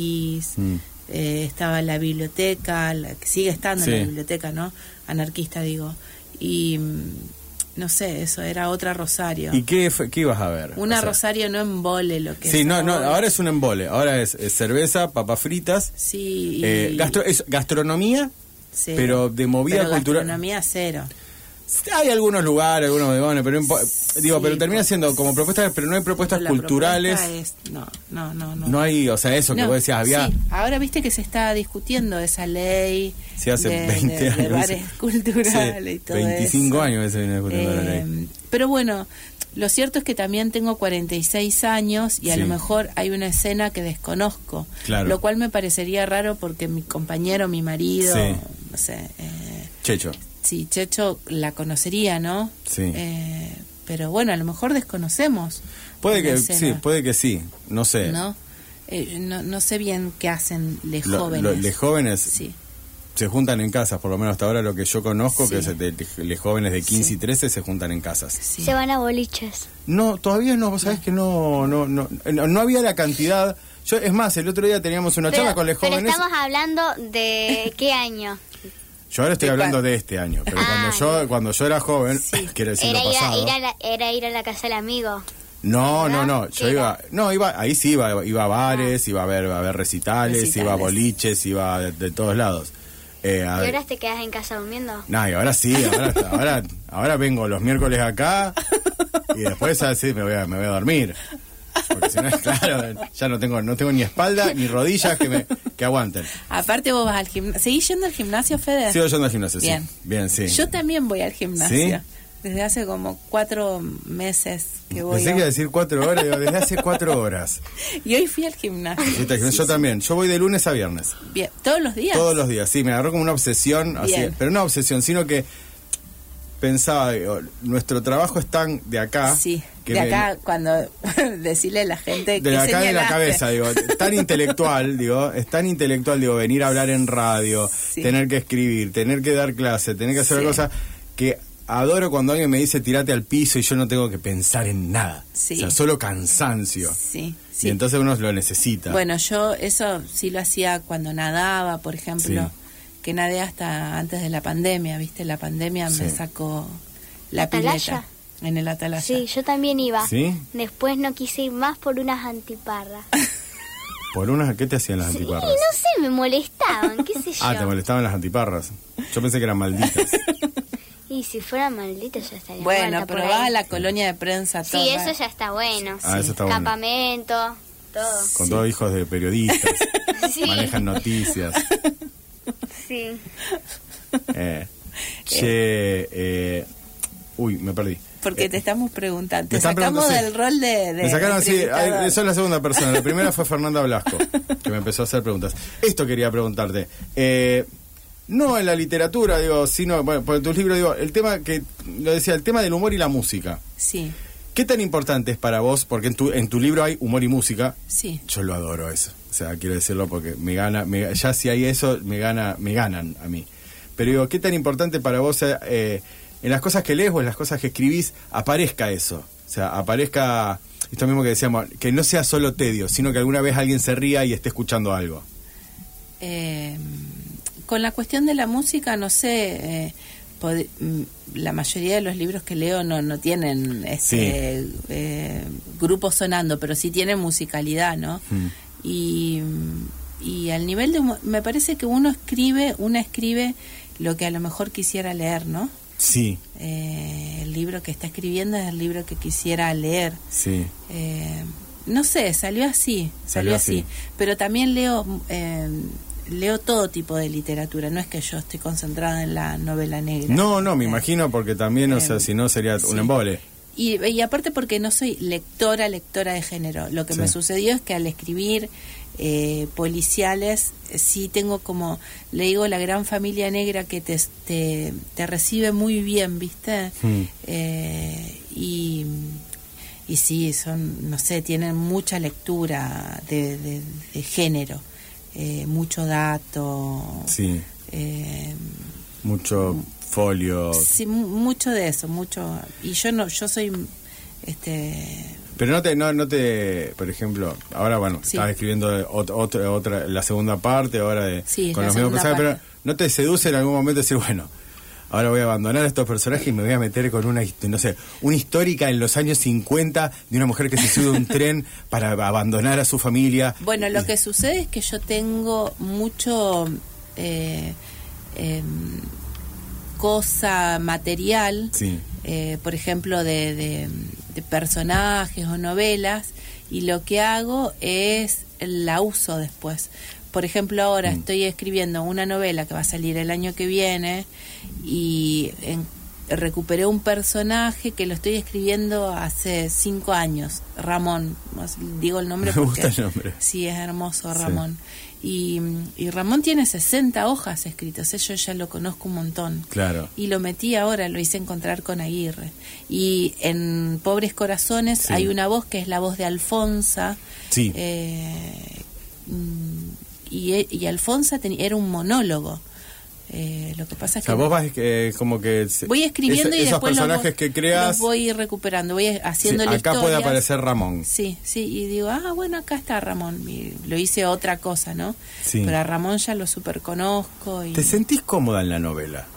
X, Mm. eh, estaba la biblioteca, la que sigue estando Sí. en la biblioteca, ¿no? Anarquista, digo. Y mm, no sé, eso era otra Rosario. ¿Y qué, fue- qué ibas a ver? Una O sea, Rosario no embole lo que Sí, es no, no, ahora. ahora es un embole. Ahora es, es cerveza, papas fritas, Sí, y- eh, gastro- es gastronomía, sí. pero de movida Pero cultural. gastronomía cero. Hay algunos lugares, algunos bodegones, pero impo- digo, Sí, pero termina pues, siendo como propuestas, pero no hay propuestas La culturales. propuesta es- no, no, no, no. No hay, o sea, eso que No, vos decías, había. sí, ahora viste que se está discutiendo esa ley Sí, hace de, veinte de- de años. bares culturales Sí, y todo veinticinco eso. años que se viene discutiendo la ley. Eh, pero bueno, lo cierto es que también tengo cuarenta y seis años y a Sí. lo mejor hay una escena que desconozco, Claro. lo cual me parecería raro porque mi compañero, mi marido, Sí. no sé, eh, Checho. sí, Checho la conocería, ¿no? Sí. Eh, pero bueno, a lo mejor desconocemos. Puede la que escena, sí, puede que sí, no sé. ¿no? Eh, no, no sé bien qué hacen les Lo- jóvenes. lo- les jóvenes Sí, se juntan en casas, por lo menos hasta ahora lo que yo conozco, Sí. que es de, de- les jóvenes de quince Sí. y trece se juntan en casas. sí. Se van a boliches. No, todavía no, vos sabés que no, no, no, no, no había la cantidad. Yo, es más, el otro día teníamos una charla Pero, con les pero jóvenes. estamos hablando de qué año. Yo ahora estoy ¿De hablando cuál? de este año, pero Ah, cuando yo cuando yo era joven, Sí. quiero decir Era lo ir, a, pasado. ir a la, era ir a la casa del amigo. No, no, ¿verdad? no, ¿Qué yo iba, era? no, iba, ahí sí iba, iba a bares, iba a ver, a ver recitales, Recitales. iba a boliches, iba de, de todos lados. Eh, a ¿Y ver- ahora te quedas en casa durmiendo? No, y ahora sí, ahora, ahora, ahora vengo los miércoles acá y después así me voy a, me voy a dormir. Porque si no, claro, ya no tengo, no tengo ni espalda ni rodillas que me, que aguanten. Aparte vos vas al gimnasio. ¿Seguís yendo al gimnasio, Fede? Sigo yendo al gimnasio, Bien. sí. Bien, sí. Yo también voy al gimnasio. ¿Sí? Desde hace como cuatro meses que voy. Pensé a- que iba a decir cuatro horas, digo, desde hace cuatro horas. Y hoy fui al gimnasio. Fuiste al gimnasio. Yo también, yo voy de lunes a viernes. Bien. ¿Todos los días? Todos los días, sí, me agarró como una obsesión, así, Bien. pero no obsesión, sino que pensaba, digo, nuestro trabajo es tan de acá, Sí. que de me- acá, cuando decirle a la gente de que acá de la señalaste. cabeza, digo, tan intelectual, digo, es tan intelectual, digo, venir a hablar en radio, Sí. tener que escribir, tener que dar clase, tener que hacer Sí. cosas que adoro cuando alguien me dice tirate al piso y yo no tengo que pensar en nada, Sí. o sea, solo cansancio, Sí, y sí. entonces uno lo necesita. Bueno, yo eso sí lo hacía cuando nadaba, por ejemplo, Sí. que nadé hasta antes de la pandemia, ¿viste? La pandemia me Sí. sacó la ¿Atalaya? pileta en el Atalaya. Sí, yo también iba. ¿Sí? Después no quise ir más por unas antiparras. ¿Por unas qué te hacían las Sí, antiparras? no sé, me molestaban, qué sé yo. Ah, te molestaban las antiparras. Yo pensé que eran malditas. Y si fuera maldito ya estaría Bueno, muerta pero por vas ahí. a la colonia de prensa. Sí, toda- eso ya está bueno. Ah, eso está bueno. Campamento, todo. Con todos hijos de periodistas. Sí. Manejan noticias. Sí. Eh, che, eh, uy, me perdí. Porque te estamos preguntando. Me Te están sacamos preguntando, del sí. rol de. de Me sacaron así, entrevistador. ay, esa es la segunda persona. La primera fue Fernanda Blasco, que me empezó a hacer preguntas. Esto quería preguntarte. Eh, no en la literatura, digo, sino, bueno, por tus libros, digo, el tema que, lo decía, el tema del humor y la música. Sí, ¿Qué tan importante es para vos? Porque en tu, en tu libro hay humor y música. sí. Yo lo adoro eso. O sea, quiero decirlo porque me gana, me- ya si hay eso, me gana, me ganan a mí. Pero digo, ¿qué tan importante para vos eh, en las cosas que lees o en las cosas que escribís aparezca eso? O sea, aparezca esto mismo que decíamos, que no sea solo tedio, sino que alguna vez alguien se ría y esté escuchando algo. Eh, con la cuestión de la música, no sé, eh, pod- la mayoría de los libros que leo no, no tienen este, sí. eh, grupos sonando, pero sí tienen musicalidad, ¿no? Mm. Y, y al nivel de... Me parece que uno escribe, una escribe lo que a lo mejor quisiera leer, ¿no? Sí. Eh, el libro que está escribiendo es el libro que quisiera leer. Sí. Eh, no sé, salió así, salió, salió así. así. Pero también leo... Eh, leo todo tipo de literatura, no es que yo estoy concentrada en la novela negra. No, no, me eh, imagino, porque también, o eh, sea, si no sería sí. un embole. Y, y aparte porque no soy lectora, lectora de género. Lo que sí. me sucedió es que al escribir eh, policiales, sí tengo como, le digo, la gran familia negra que te, te, te recibe muy bien, ¿viste? Mm. Eh, y... Y sí, son, no sé, tienen mucha lectura de, de, de género. Eh, mucho dato, sí. eh, mucho folio, sí, mucho de eso, mucho. Y yo no, yo soy, este. Pero no te, no, no te, por ejemplo, ahora bueno, sí. estás escribiendo otra, otra, otra, la segunda parte, ahora de sí, con los mismos personajes, pero no te seduce en algún momento decir, bueno, ahora voy a abandonar a estos personajes y me voy a meter con una, no sé, una histórica en los años cincuenta de una mujer que se sube a un tren para abandonar a su familia. Bueno, lo que sucede es que yo tengo mucho eh, eh, cosa material, sí. eh, por ejemplo, de, de, de personajes o novelas, y lo que hago es la uso después. Por ejemplo, ahora mm. estoy escribiendo una novela que va a salir el año que viene y en, recuperé un personaje que lo estoy escribiendo hace cinco años, Ramón. Digo el nombre porque... Me gusta el nombre. Sí, es hermoso Ramón. Sí. Y, y Ramón tiene sesenta hojas escritas, yo ya lo conozco un montón. Claro. Y lo metí ahora, lo hice encontrar con Aguirre. Y en Pobres Corazones sí. hay una voz que es la voz de Alfonsa. Sí. Eh, Y, y Alfonsa ten, era un monólogo. Eh, lo que pasa es que... O sea, vos vas eh, como que... Voy escribiendo es, y esos después personajes los, que creas... los voy recuperando, voy haciendo sí, la acá historias. puede aparecer Ramón. Sí, sí, y digo, ah, bueno, acá está Ramón. Y lo hice otra cosa, ¿no? Sí. Pero a Ramón ya lo super conozco. Y... ¿Te sentís cómoda en la novela?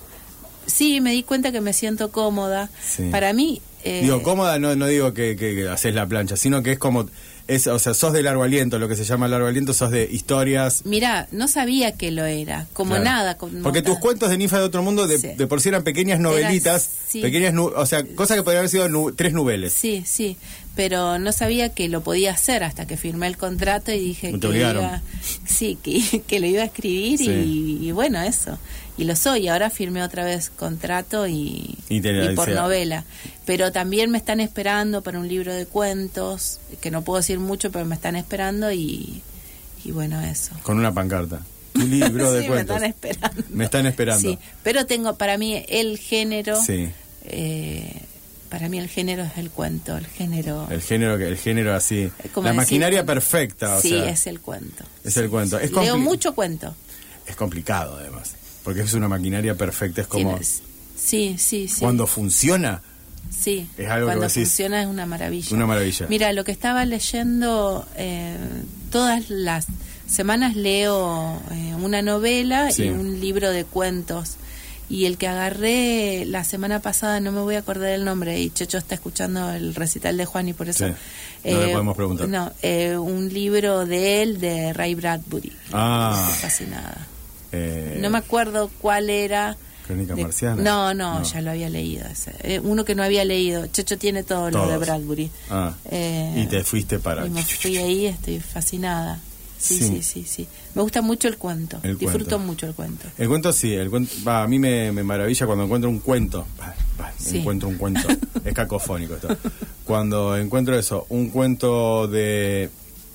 Sí, me di cuenta que me siento cómoda. Sí. Para mí... Eh... Digo, cómoda no, no digo que, que, que haces la plancha, sino que es como... Es, o sea, sos de largo aliento, lo que se llama largo aliento, sos de historias. Mirá, no sabía que lo era, como claro. nada. Como Porque tus cuentos de Ninfa de Otro Mundo de, sí. de por sí eran pequeñas novelitas, era, sí. pequeñas, nu o sea, cosas que podrían haber sido nu tres novelas. Sí, sí, pero no sabía que lo podía hacer hasta que firmé el contrato y dije ¿te que obligaron? iba, sí, que, que lo iba a escribir sí. y, y bueno, eso. Y lo soy, ahora firmé otra vez contrato y, y, te y por novela. Pero también me están esperando para un libro de cuentos, que no puedo decir mucho, pero me están esperando y, y bueno, eso. Con una pancarta. Un libro de sí, cuentos. me están esperando. Me están esperando. Sí, pero tengo para mí el género... Sí. Eh, para mí el género es el cuento, el género... El género, el género así. La decir, maquinaria perfecta. O sí, sea, es el cuento. Es sí, el cuento. Es Leo mucho cuento. Es complicado, además. Porque es una maquinaria perfecta, es como... Sí, sí, sí. Cuando funciona... Sí, es algo cuando que decís, funciona es una maravilla. Una maravilla. Mira, lo que estaba leyendo, eh, todas las semanas leo eh, una novela sí. y un libro de cuentos. Y el que agarré la semana pasada, no me voy a acordar el nombre, y Checho está escuchando el recital de Juan y por eso... Sí. No eh, le podemos preguntar. No, eh, un libro de él, de Ray Bradbury. Ah. Estoy fascinada. Eh, no me acuerdo cuál era. Crónica de, Marciana. No, no, no, ya lo había leído. Ese. Eh, uno que no había leído. Checho tiene todo Todos. Lo de Bradbury. Ah, eh, y te fuiste para... Y me fui ahí, estoy fascinada. Sí, sí, sí, sí, sí. Me gusta mucho el cuento. El Disfruto cuento. mucho el cuento. El cuento sí, el cuento, va, a mí me, me maravilla cuando encuentro un cuento. Va, va, sí. Encuentro un cuento. Es cacofónico esto. Cuando encuentro eso, un cuento de...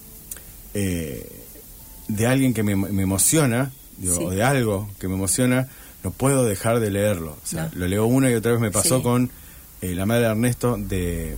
Eh, de alguien que me, me emociona, digo, sí. o de algo que me emociona, no puedo dejar de leerlo. O sea, no. Lo leo una y otra vez. Me pasó sí. con eh, La madre de Ernesto de,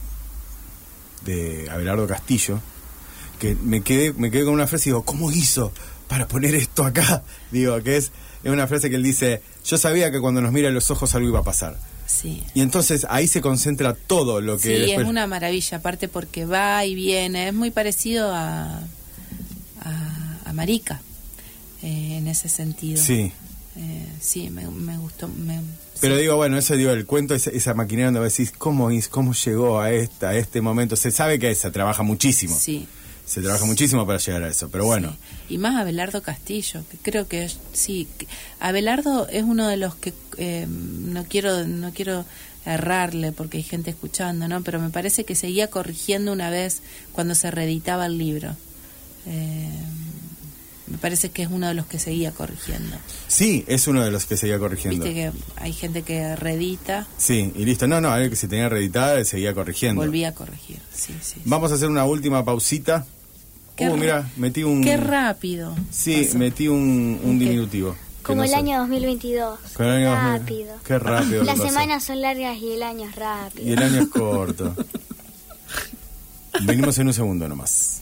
de Abelardo Castillo, que me quedé, me quedé con una frase y digo, ¿cómo hizo para poner esto acá? Digo, que es, es una frase que él dice, yo sabía que cuando nos mira a los ojos algo iba a pasar. Sí. Y entonces ahí se concentra todo lo que Sí, después... es una maravilla, aparte porque va y viene, es muy parecido a, a, a Marica, eh, en ese sentido. Sí. Eh, sí, me, me gustó. Me, Pero sí. digo, bueno, eso digo, el cuento, esa, esa maquinaria donde vos decís, ¿cómo, hizo- ¿cómo llegó a, esta, a este momento? Se sabe que se trabaja muchísimo. Sí. Se trabaja muchísimo para llegar a eso, pero bueno. Sí. Y más Abelardo Castillo, que creo que es- sí, que- Abelardo es uno de los que eh, no quiero no quiero errarle porque hay gente escuchando, ¿no? Pero me parece que seguía corrigiendo una vez cuando se reeditaba el libro. Eh, me parece que es uno de los que seguía corrigiendo. Sí, es uno de los que seguía corrigiendo. Viste que hay gente que reedita, Sí, y listo. No, no, el que se tenía reeditada seguía corrigiendo. volvía a corregir. Sí, sí. Vamos a hacer una última pausita. Qué Uh, ra- mira, metí un... Qué rápido. Sí, pasó. metí un, un ¿Qué? diminutivo. que Como no el sé. año dos mil veintidós. Como el año dos mil. Rápido. Qué rápido que Las pasó. semanas son largas y el año es rápido. Y el año es corto. Venimos en un segundo nomás.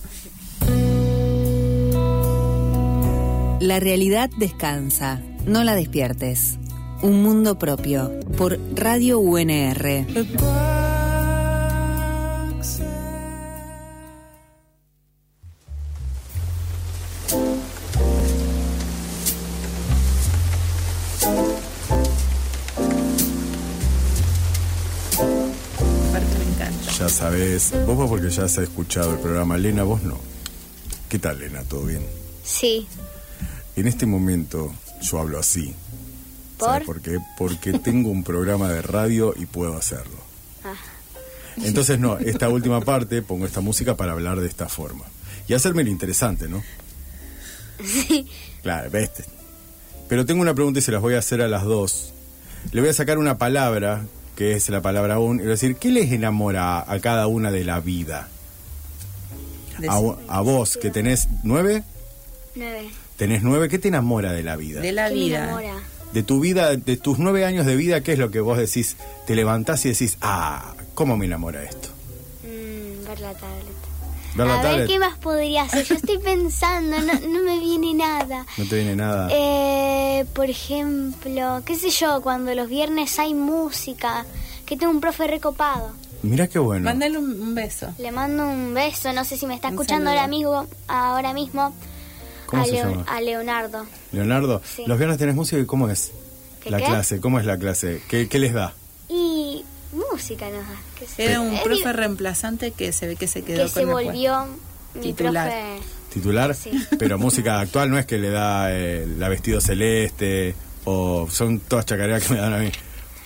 La realidad descansa, no la despiertes. Un mundo propio, por Radio U N R. Aparte me encanta. Ya sabes, vos vos porque ya has escuchado el programa. Lena, vos no. ¿Qué tal, Lena? ¿Todo bien? Sí. En este momento yo hablo así. ¿Sabes ¿Por? por qué? Porque tengo un programa de radio y puedo hacerlo. Ah. Entonces, no, esta última parte pongo esta música para hablar de esta forma. Y hacerme lo interesante, ¿no? Sí. Claro, ves. Pero tengo una pregunta y se las voy a hacer a las dos. Le voy a sacar una palabra, que es la palabra un, y voy a decir, ¿qué les enamora a cada una de la vida? A, a vos, que tenés nueve, Nueve. tenés nueve, ¿qué te enamora de la vida? De la ¿Qué me vida. enamora? De tu vida, de tus nueve años de vida, ¿qué es lo que vos decís? Te levantás y decís, ah, ¿cómo me enamora esto? Mm, ver la tablet. Ver la a tablet. ver qué más podría hacer. Yo estoy pensando, no, no me viene nada. No te viene nada. Eh, por ejemplo, qué sé yo, cuando los viernes hay música, que tengo un profe recopado. Mirá qué bueno. Mándale un, un beso. Le mando un beso, no sé si me está Un escuchando saludo. ahora mismo, ahora mismo. ¿Cómo a, se Leo- llama? a Leonardo. Leonardo, Sí. los viernes tenés música y ¿cómo es? ¿Qué La qué? clase, ¿cómo es la clase? ¿Qué, qué les da? Y música nos da. qué sé Era yo. un Es profe di- reemplazante que se ve que se quedó que con se el puesto. volvió mi Titular. profe. ¿Titular? Sí. Pero música actual no es que le da eh, la vestido celeste o son todas chacareras que me dan a mí.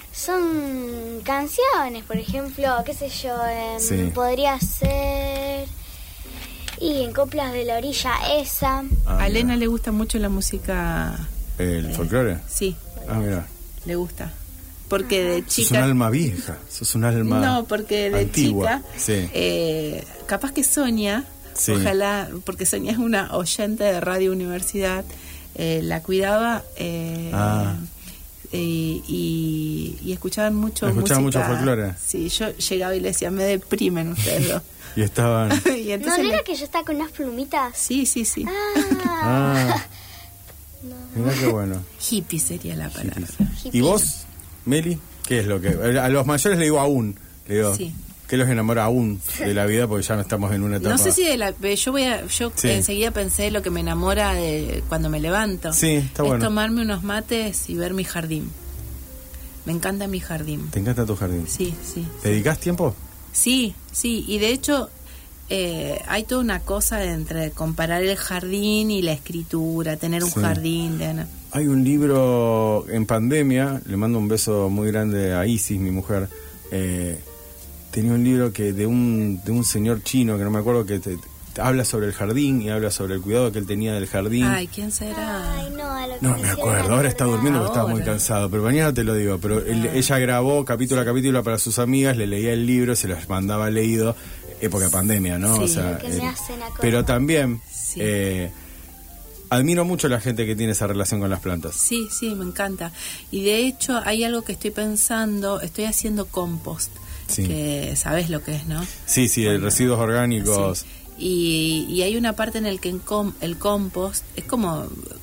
Son canciones, por ejemplo, qué sé yo, em, Sí. podría ser... Y en Coplas de la Orilla, esa. Ah, A Elena mira. le gusta mucho la música. ¿El eh, folclore? Sí, Ah, mira. le gusta. Porque de Sos un chica. alma vieja, sos un alma No, porque de antigua. chica. Sí. eh, capaz que Sonia, Sí. ojalá, porque Sonia es una oyente de Radio Universidad, eh, la cuidaba. Eh, Ah. eh, y, y escuchaban mucho ¿Escuchaban música. mucho folclore? Sí, yo llegaba y le decía, me deprimen ustedes dos. Y estaban... y No, entonces ¿no le- era que yo estaba con unas plumitas? Sí, sí, sí. Ah, Ah, mirá qué bueno. Hippie sería la palabra. hippie. ¿Y vos, Meli? ¿Qué es lo que...? A los mayores le digo aún. Le digo, Sí. ¿qué los enamora aún de la vida? Porque ya no estamos en una etapa... No sé si de la, yo voy a, yo Sí. enseguida pensé lo que me enamora de cuando me levanto. Sí, está es bueno. tomarme unos mates y ver mi jardín. Me encanta mi jardín. ¿Te encanta tu jardín? Sí, sí. ¿Te dedicas tiempo? Sí, sí. Y de hecho eh, hay toda una cosa entre comparar el jardín y la escritura, tener un Sí. jardín. De, Hay un libro en pandemia, le mando un beso muy grande a Isis, mi mujer. Eh, tenía un libro que de un de un señor chino que no me acuerdo que te, te habla sobre el jardín y habla sobre el cuidado que él tenía del jardín. Ay, ¿quién será? Ay, no, a lo que No me me hicieron acuerdo, ahora está acordar. durmiendo porque estaba muy Ahora. cansado, pero mañana te lo digo. Pero él- ella grabó capítulo a capítulo para sus amigas, le leía el libro, se los mandaba leído, época de pandemia, ¿no? Sí, o sea, que me eh, hacen acordar. pero también Sí. eh, admiro mucho a la gente que tiene esa relación con las plantas. Sí, sí, me encanta. Y de hecho hay algo que estoy pensando, estoy haciendo compost, Sí. que sabes lo que es, ¿no? Sí, sí, el residuos orgánicos. Sí. Y, y hay una parte en el que en com- el compost es como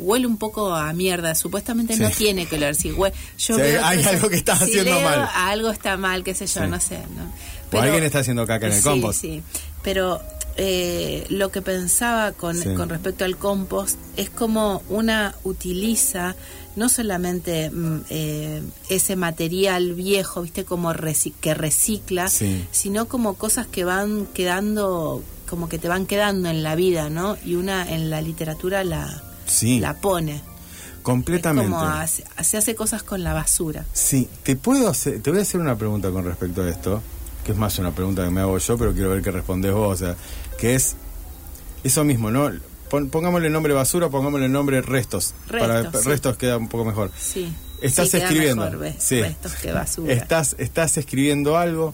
huele un poco a mierda, supuestamente Sí. no tiene que oler, si huele, yo Sí, veo hay que- algo que estás si haciendo leo, mal. algo está mal, qué sé yo, Sí. no sé, ¿no? O alguien está haciendo caca en el sí, compost. Sí, pero eh, lo que pensaba con, Sí. con respecto al compost es como una utiliza no solamente mm, eh, ese material viejo, viste, como reci- que recicla, Sí. sino como cosas que van quedando, como que te van quedando en la vida, ¿no? Y una en la literatura la, Sí. la pone. Completamente. Es como hace- se hace cosas con la basura. Sí, te puedo hacer, te voy a hacer una pregunta con respecto a esto, que es más una pregunta que me hago yo, pero quiero ver qué respondes vos, o sea, que es eso mismo, ¿no? Pon- pongámosle nombre basura, pongámosle nombre restos. Restos, para sí. restos queda un poco mejor. Sí. Estás Sí, queda escribiendo. mejor, ves, Sí. restos que basura. Estás, estás escribiendo algo,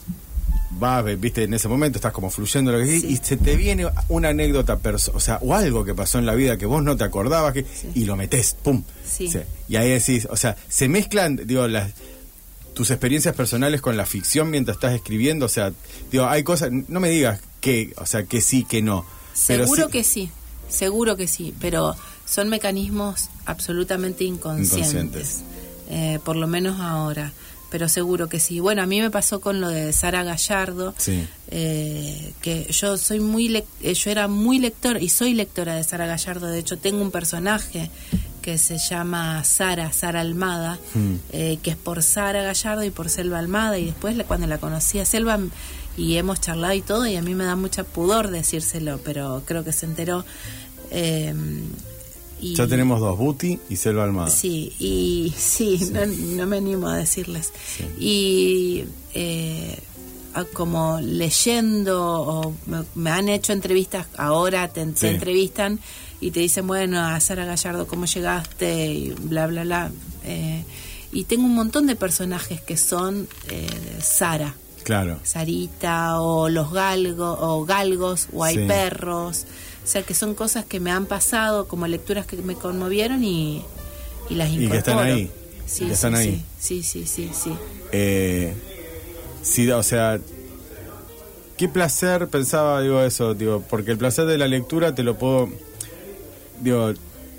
vas, viste, en ese momento estás como fluyendo lo que Sí. y se te viene una anécdota, perso- o sea, o algo que pasó en la vida que vos no te acordabas que, Sí. y lo metés, pum. Sí. Y ahí decís, o sea, se mezclan, digo, las tus experiencias personales con la ficción mientras estás escribiendo, o sea, digo, hay cosas, no me digas que, o sea, que sí, que no. pero Seguro sí- que sí, seguro que sí, pero son mecanismos absolutamente inconscientes, Inconscientes. eh, por lo menos ahora, pero seguro que sí. Bueno, a mí me pasó con lo de Sara Gallardo, Sí. eh, que yo soy muy lec- eh, yo era muy lectora y soy lectora de Sara Gallardo. De hecho, tengo un personaje que se llama Sara, Sara Almada, Hmm. eh, que es por Sara Gallardo y por Selva Almada, y después la- cuando la conocí a Selva y hemos charlado y todo, y a mí me da mucha pudor decírselo, pero creo que se enteró. eh, y, Ya tenemos dos, Buti y Selva Almada. Sí, y sí, No, no me animo a decirles. Y eh, a- como leyendo, o me, me han hecho entrevistas, ahora te, te Sí. entrevistan y te dicen, bueno, a Sara Gallardo, ¿cómo llegaste? Y bla, bla, bla. Eh, y tengo un montón de personajes que son eh, Sara. Claro. Sarita, o los galgos, o galgos, o hay Sí. perros. O sea, que son cosas que me han pasado, como lecturas que me conmovieron y, y las Y incorporo. que están ahí. Sí, Y que sí, están ahí. Sí, sí, sí, sí. Eh, sí, o sea, qué placer, pensaba, digo eso, digo, porque el placer de la lectura te lo puedo, digo,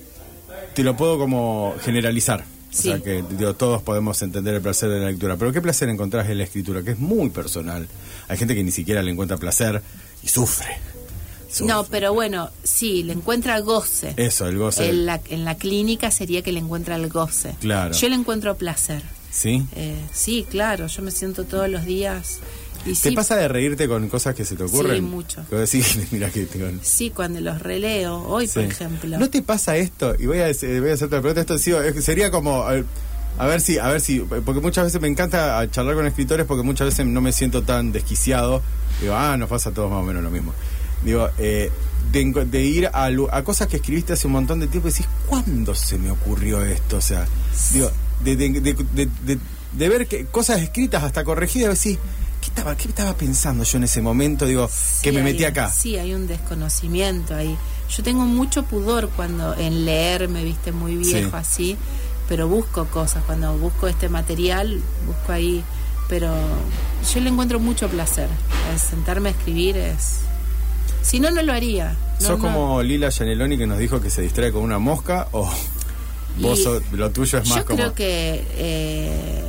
te lo puedo como generalizar. O Sí. sea, que digo, todos podemos entender el placer de la lectura. Pero qué placer encontrás en la escritura, que es muy personal. Hay gente que ni siquiera le encuentra placer y sufre. Sufre. No, pero bueno, sí, le encuentra goce. Eso, el goce. En la, en la clínica sería que le encuentra el goce. Claro. Yo le encuentro placer. ¿Sí? Eh, sí, claro, yo me siento todos los días. Y ¿Te sí, pasa de reírte con cosas que se te ocurren? Sí, mucho. Que vos decís, mira que tengo... sí, cuando los releo, hoy por Sí. ejemplo. ¿No te pasa esto? Y voy a, decir- voy a hacerte la pregunta, esto sí, es que sería como a ver, a ver si, a ver si, porque muchas veces me encanta charlar con escritores porque muchas veces no me siento tan desquiciado. Digo, ah, nos pasa a todos más o menos lo mismo. Digo, eh, de, enco- de ir a, lu- a cosas que escribiste hace un montón de tiempo y decís, ¿cuándo se me ocurrió esto? O sea, digo, de, de, de, de, de- de ver que cosas escritas hasta corregidas, decís, ¿qué estaba, qué estaba pensando yo en ese momento? Digo, que Sí, me hay- metí acá. Sí, hay un desconocimiento ahí. Yo tengo mucho pudor cuando en leer me viste muy viejo Sí. así, pero busco cosas. Cuando busco este material, busco ahí. Pero yo le encuentro mucho placer. El sentarme a escribir es... Si no, no lo haría. No, ¿Sos no. como Lila Gianelloni que nos dijo que se distrae con una mosca o vos Y sos- lo tuyo es más Yo como... creo que eh,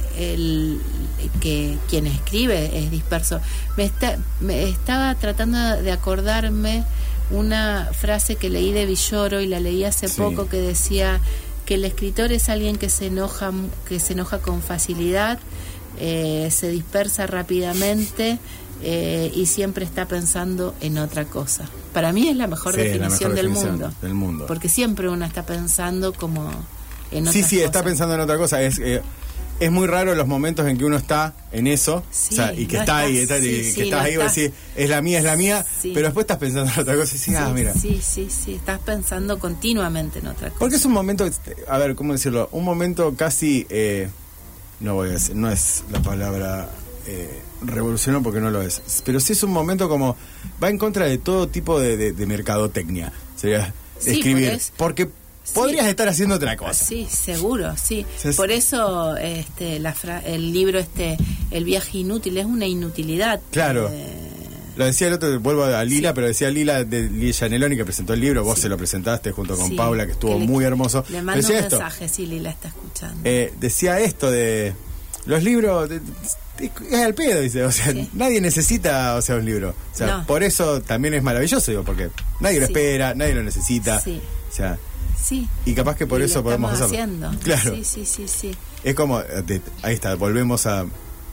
el que quien escribe es disperso. Me, está, me estaba tratando de acordarme una frase que leí de Villoro y la leí hace Sí. poco, que decía que el escritor es alguien que se enoja que se enoja con facilidad, eh, se dispersa rápidamente eh, y siempre está pensando en otra cosa. Para mí es la mejor Sí, la definición, mejor del, definición mundo, del mundo. porque siempre uno está pensando como en Sí, otras sí, está cosas. pensando en otra cosa. Es eh, es muy raro los momentos en que uno está en eso, Sí, o sea, y que no está ahí, estás- está- y sí, que sí, estás no ahí y vos estás- decís, es la mía, es la mía, Sí. pero después estás pensando en otra cosa y decís, ah, Sí, mira. sí, sí, sí, estás pensando continuamente en otra cosa. Porque es un momento, este, a ver, ¿cómo decirlo? Un momento casi, eh, no voy a decir, no es la palabra eh, revolucionario porque no lo es, pero sí es un momento como, va en contra de todo tipo de, de, de mercadotecnia, sería Sí, escribir, podés- porque Sí. podrías estar haciendo otra cosa. Sí, seguro, sí. Sí, es- Por eso este, la fra- el libro este, El viaje inútil, es una inutilidad. Claro. Eh, Lo decía el otro, vuelvo a Lila, Sí. pero decía Lila de Lila Gianelloni, que presentó el libro, vos se lo presentaste junto con Sí, Paula, que estuvo que le- muy hermoso. Le mando decía un esto, mensaje si Lila está escuchando. eh, decía esto de los libros, de- de- es al pedo, dice, o sea, Sí. nadie necesita, o sea, un libro. O sea, No. por eso también es maravilloso, digo, porque nadie lo Sí. espera, nadie lo necesita. Sí. O sea, Sí. y capaz que por Y eso lo podemos estamos hacerlo. haciendo. Claro. Sí, sí, sí, sí. Es como, eh, de- ahí está, volvemos a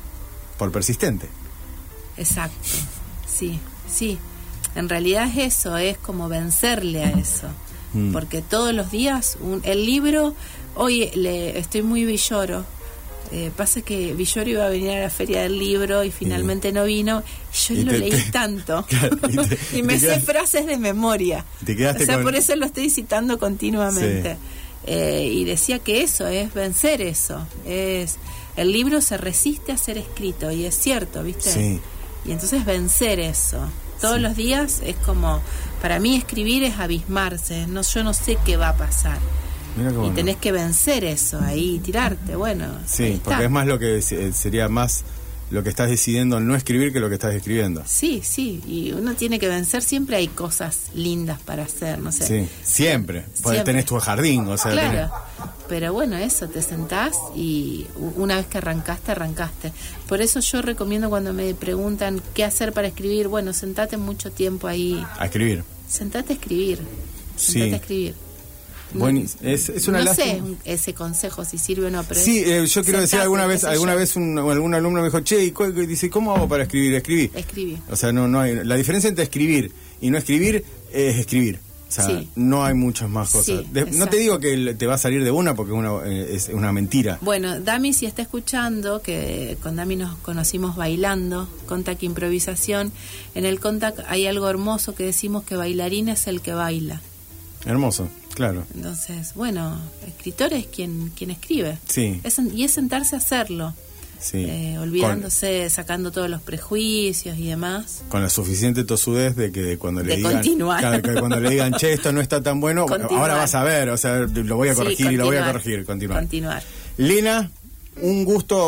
por persistente. Exacto. Sí, sí. En realidad es eso, es como vencerle a eso. Mm. Porque todos los días, un, el libro, hoy le estoy muy Villoro. Eh, pasa que Villoro iba a venir a la feria del libro y finalmente no vino. Y yo y lo te- leí te- tanto. Claro, y te- y me te sé quedaste- frases de memoria. te quedaste o sea, con- por eso lo estoy citando continuamente. Eh, y decía que eso es vencer eso. Es el libro se resiste a ser escrito y es cierto, ¿viste? Sí. Y entonces vencer eso. Todos Sí. los días es como, para mí escribir es abismarse. No, yo no sé qué va a pasar. Mira cómo Y no. tenés que vencer eso, ahí tirarte, bueno. ahí Sí, está. porque es más lo que eh, sería más lo que estás decidiendo no escribir que lo que estás escribiendo. Sí, sí, y uno tiene que vencer, siempre hay cosas lindas para hacer, no sé. Sí, siempre. Porque Siempre. tenés tu jardín, o sea, Claro, tenés- pero bueno, eso, te sentás y u- una vez que arrancaste, arrancaste. Por eso yo recomiendo cuando me preguntan qué hacer para escribir, bueno, sentate mucho tiempo ahí, a escribir. sentate a escribir, Sí. sentate a escribir. Bueno, es, es una no lástima. sé un- ese consejo si sirve o no, pero Sí, es eh, yo quiero decir sentate, alguna qué vez, sé alguna yo, vez un, algún alumno me dijo, che, ¿y cu- y dice, ¿cómo hago para escribir? Escribí. escribir. O sea, no, no hay, la diferencia entre escribir y no escribir es escribir. O sea, Sí. no hay muchas más cosas. Sí, De- no te exacto. digo que el- te va a salir de una porque es una, eh, es una mentira. Bueno, Dami, si está escuchando, que con Dami nos conocimos bailando, Contact Improvisación, en el Contact hay algo hermoso que decimos que bailarín es el que baila. Hermoso, claro. Entonces, bueno, escritor es quien, quien escribe. Sí. Es, y es sentarse a hacerlo, Sí. eh, olvidándose, sacando todos los prejuicios y demás. Con, con la suficiente tosudez de que cuando le De digan continuar. claro, que cuando le digan, che, esto no está tan bueno, bueno, Continuar. ahora vas a ver, o sea, lo voy a Sí, corregir y lo voy a continuar. corregir, continuar. Continuar. Lina, un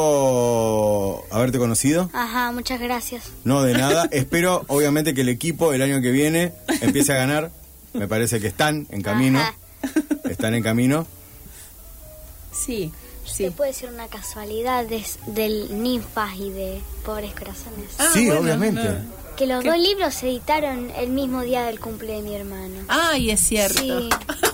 gusto haberte conocido. Ajá, muchas gracias. No, de nada. Espero, obviamente, que el equipo el año que viene empiece a ganar. Me parece que están en camino. Ajá. Están en camino. Sí, Sí. sí. Puede ser una casualidad de, del Ninfas y de Pobres Corazones. Ah, sí, bueno, obviamente. no. Que los ¿Qué? dos libros se editaron el mismo día del cumple de mi hermano. Ay, es cierto. Sí.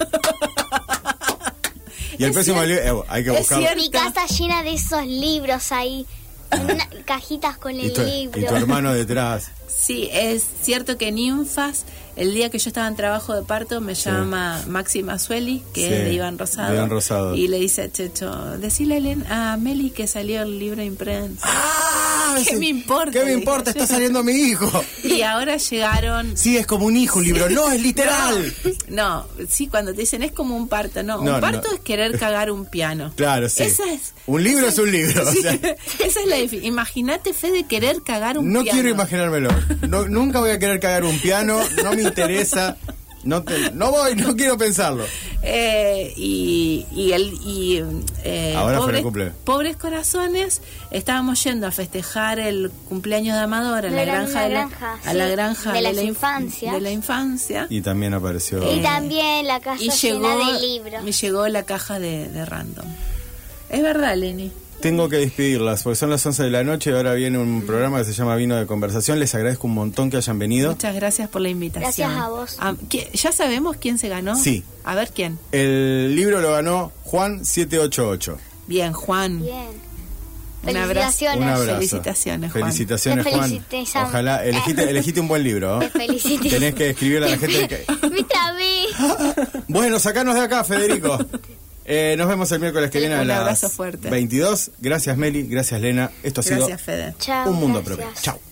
Y el Es próximo cierto. libro, eh, hay que Es buscarlo. cierto. Mi casa llena de esos libros ahí. Una- cajitas con Y el tu, libro. y tu hermano detrás. Sí, es cierto que Ninfas, el día que yo estaba en trabajo de parto, me Sí. llama Maxi Mazzueli, que Sí, es de Iván Rosado. de Iván Rosado. Y le dice a Checho, decirle a, Elen- a Meli que salió el libro impreso. ¡Ah! ¿Qué me importa? ¿Qué me Dijo importa? yo. Está saliendo mi hijo. Y ahora llegaron... Sí, es como un hijo, un libro. No, es literal. No, sí, cuando te dicen es como un parto, no. No, un parto no. es querer cagar un piano. Claro, sí. Esa es, Un libro es un libro. o sí, sea, esa es la definición. Imagínate, Fede, querer cagar un no piano. quiero imaginármelo. No, nunca voy a querer cagar un piano. No me interesa. No, te- no voy, no quiero pensarlo. Eh, y, y el y eh, Ahora fue pobres, el cumple. pobres corazones, estábamos yendo a festejar el cumpleaños de Amador a la Era granja, una de la, granja, a sí, la granja de las la inf- infancias. de la infancia. Y también apareció. Y también la casa Y llena llegó, de libros. me llegó la caja de, de random. Es verdad, Leni. Tengo que despedirlas porque son las once de la noche y ahora viene un programa que se llama Vino de Conversación. Les agradezco un montón que hayan venido. Muchas gracias por la invitación. Gracias a vos. Ah, ¿qui- ¿Ya sabemos quién se ganó? Sí. A ver quién. El libro lo ganó Juan siete ocho ocho. Bien, Juan. Bien. Un abrazo. Felicitaciones. Un abrazo. Felicitaciones, Juan. Felicitaciones, Te Juan. felicitamos. Ojalá, elegiste, elegiste un buen libro. ¿eh? Te felicito. Tenés que escribirle a la gente que... Me trabé. Bueno, sacanos de acá, Federico. Eh, nos vemos el miércoles que viene a Un las abrazo fuerte. veintidós. Gracias, Meli. Gracias, Lena. Esto ha sido Gracias, Fede. Chao. Un Mundo gracias. Propio. Chao.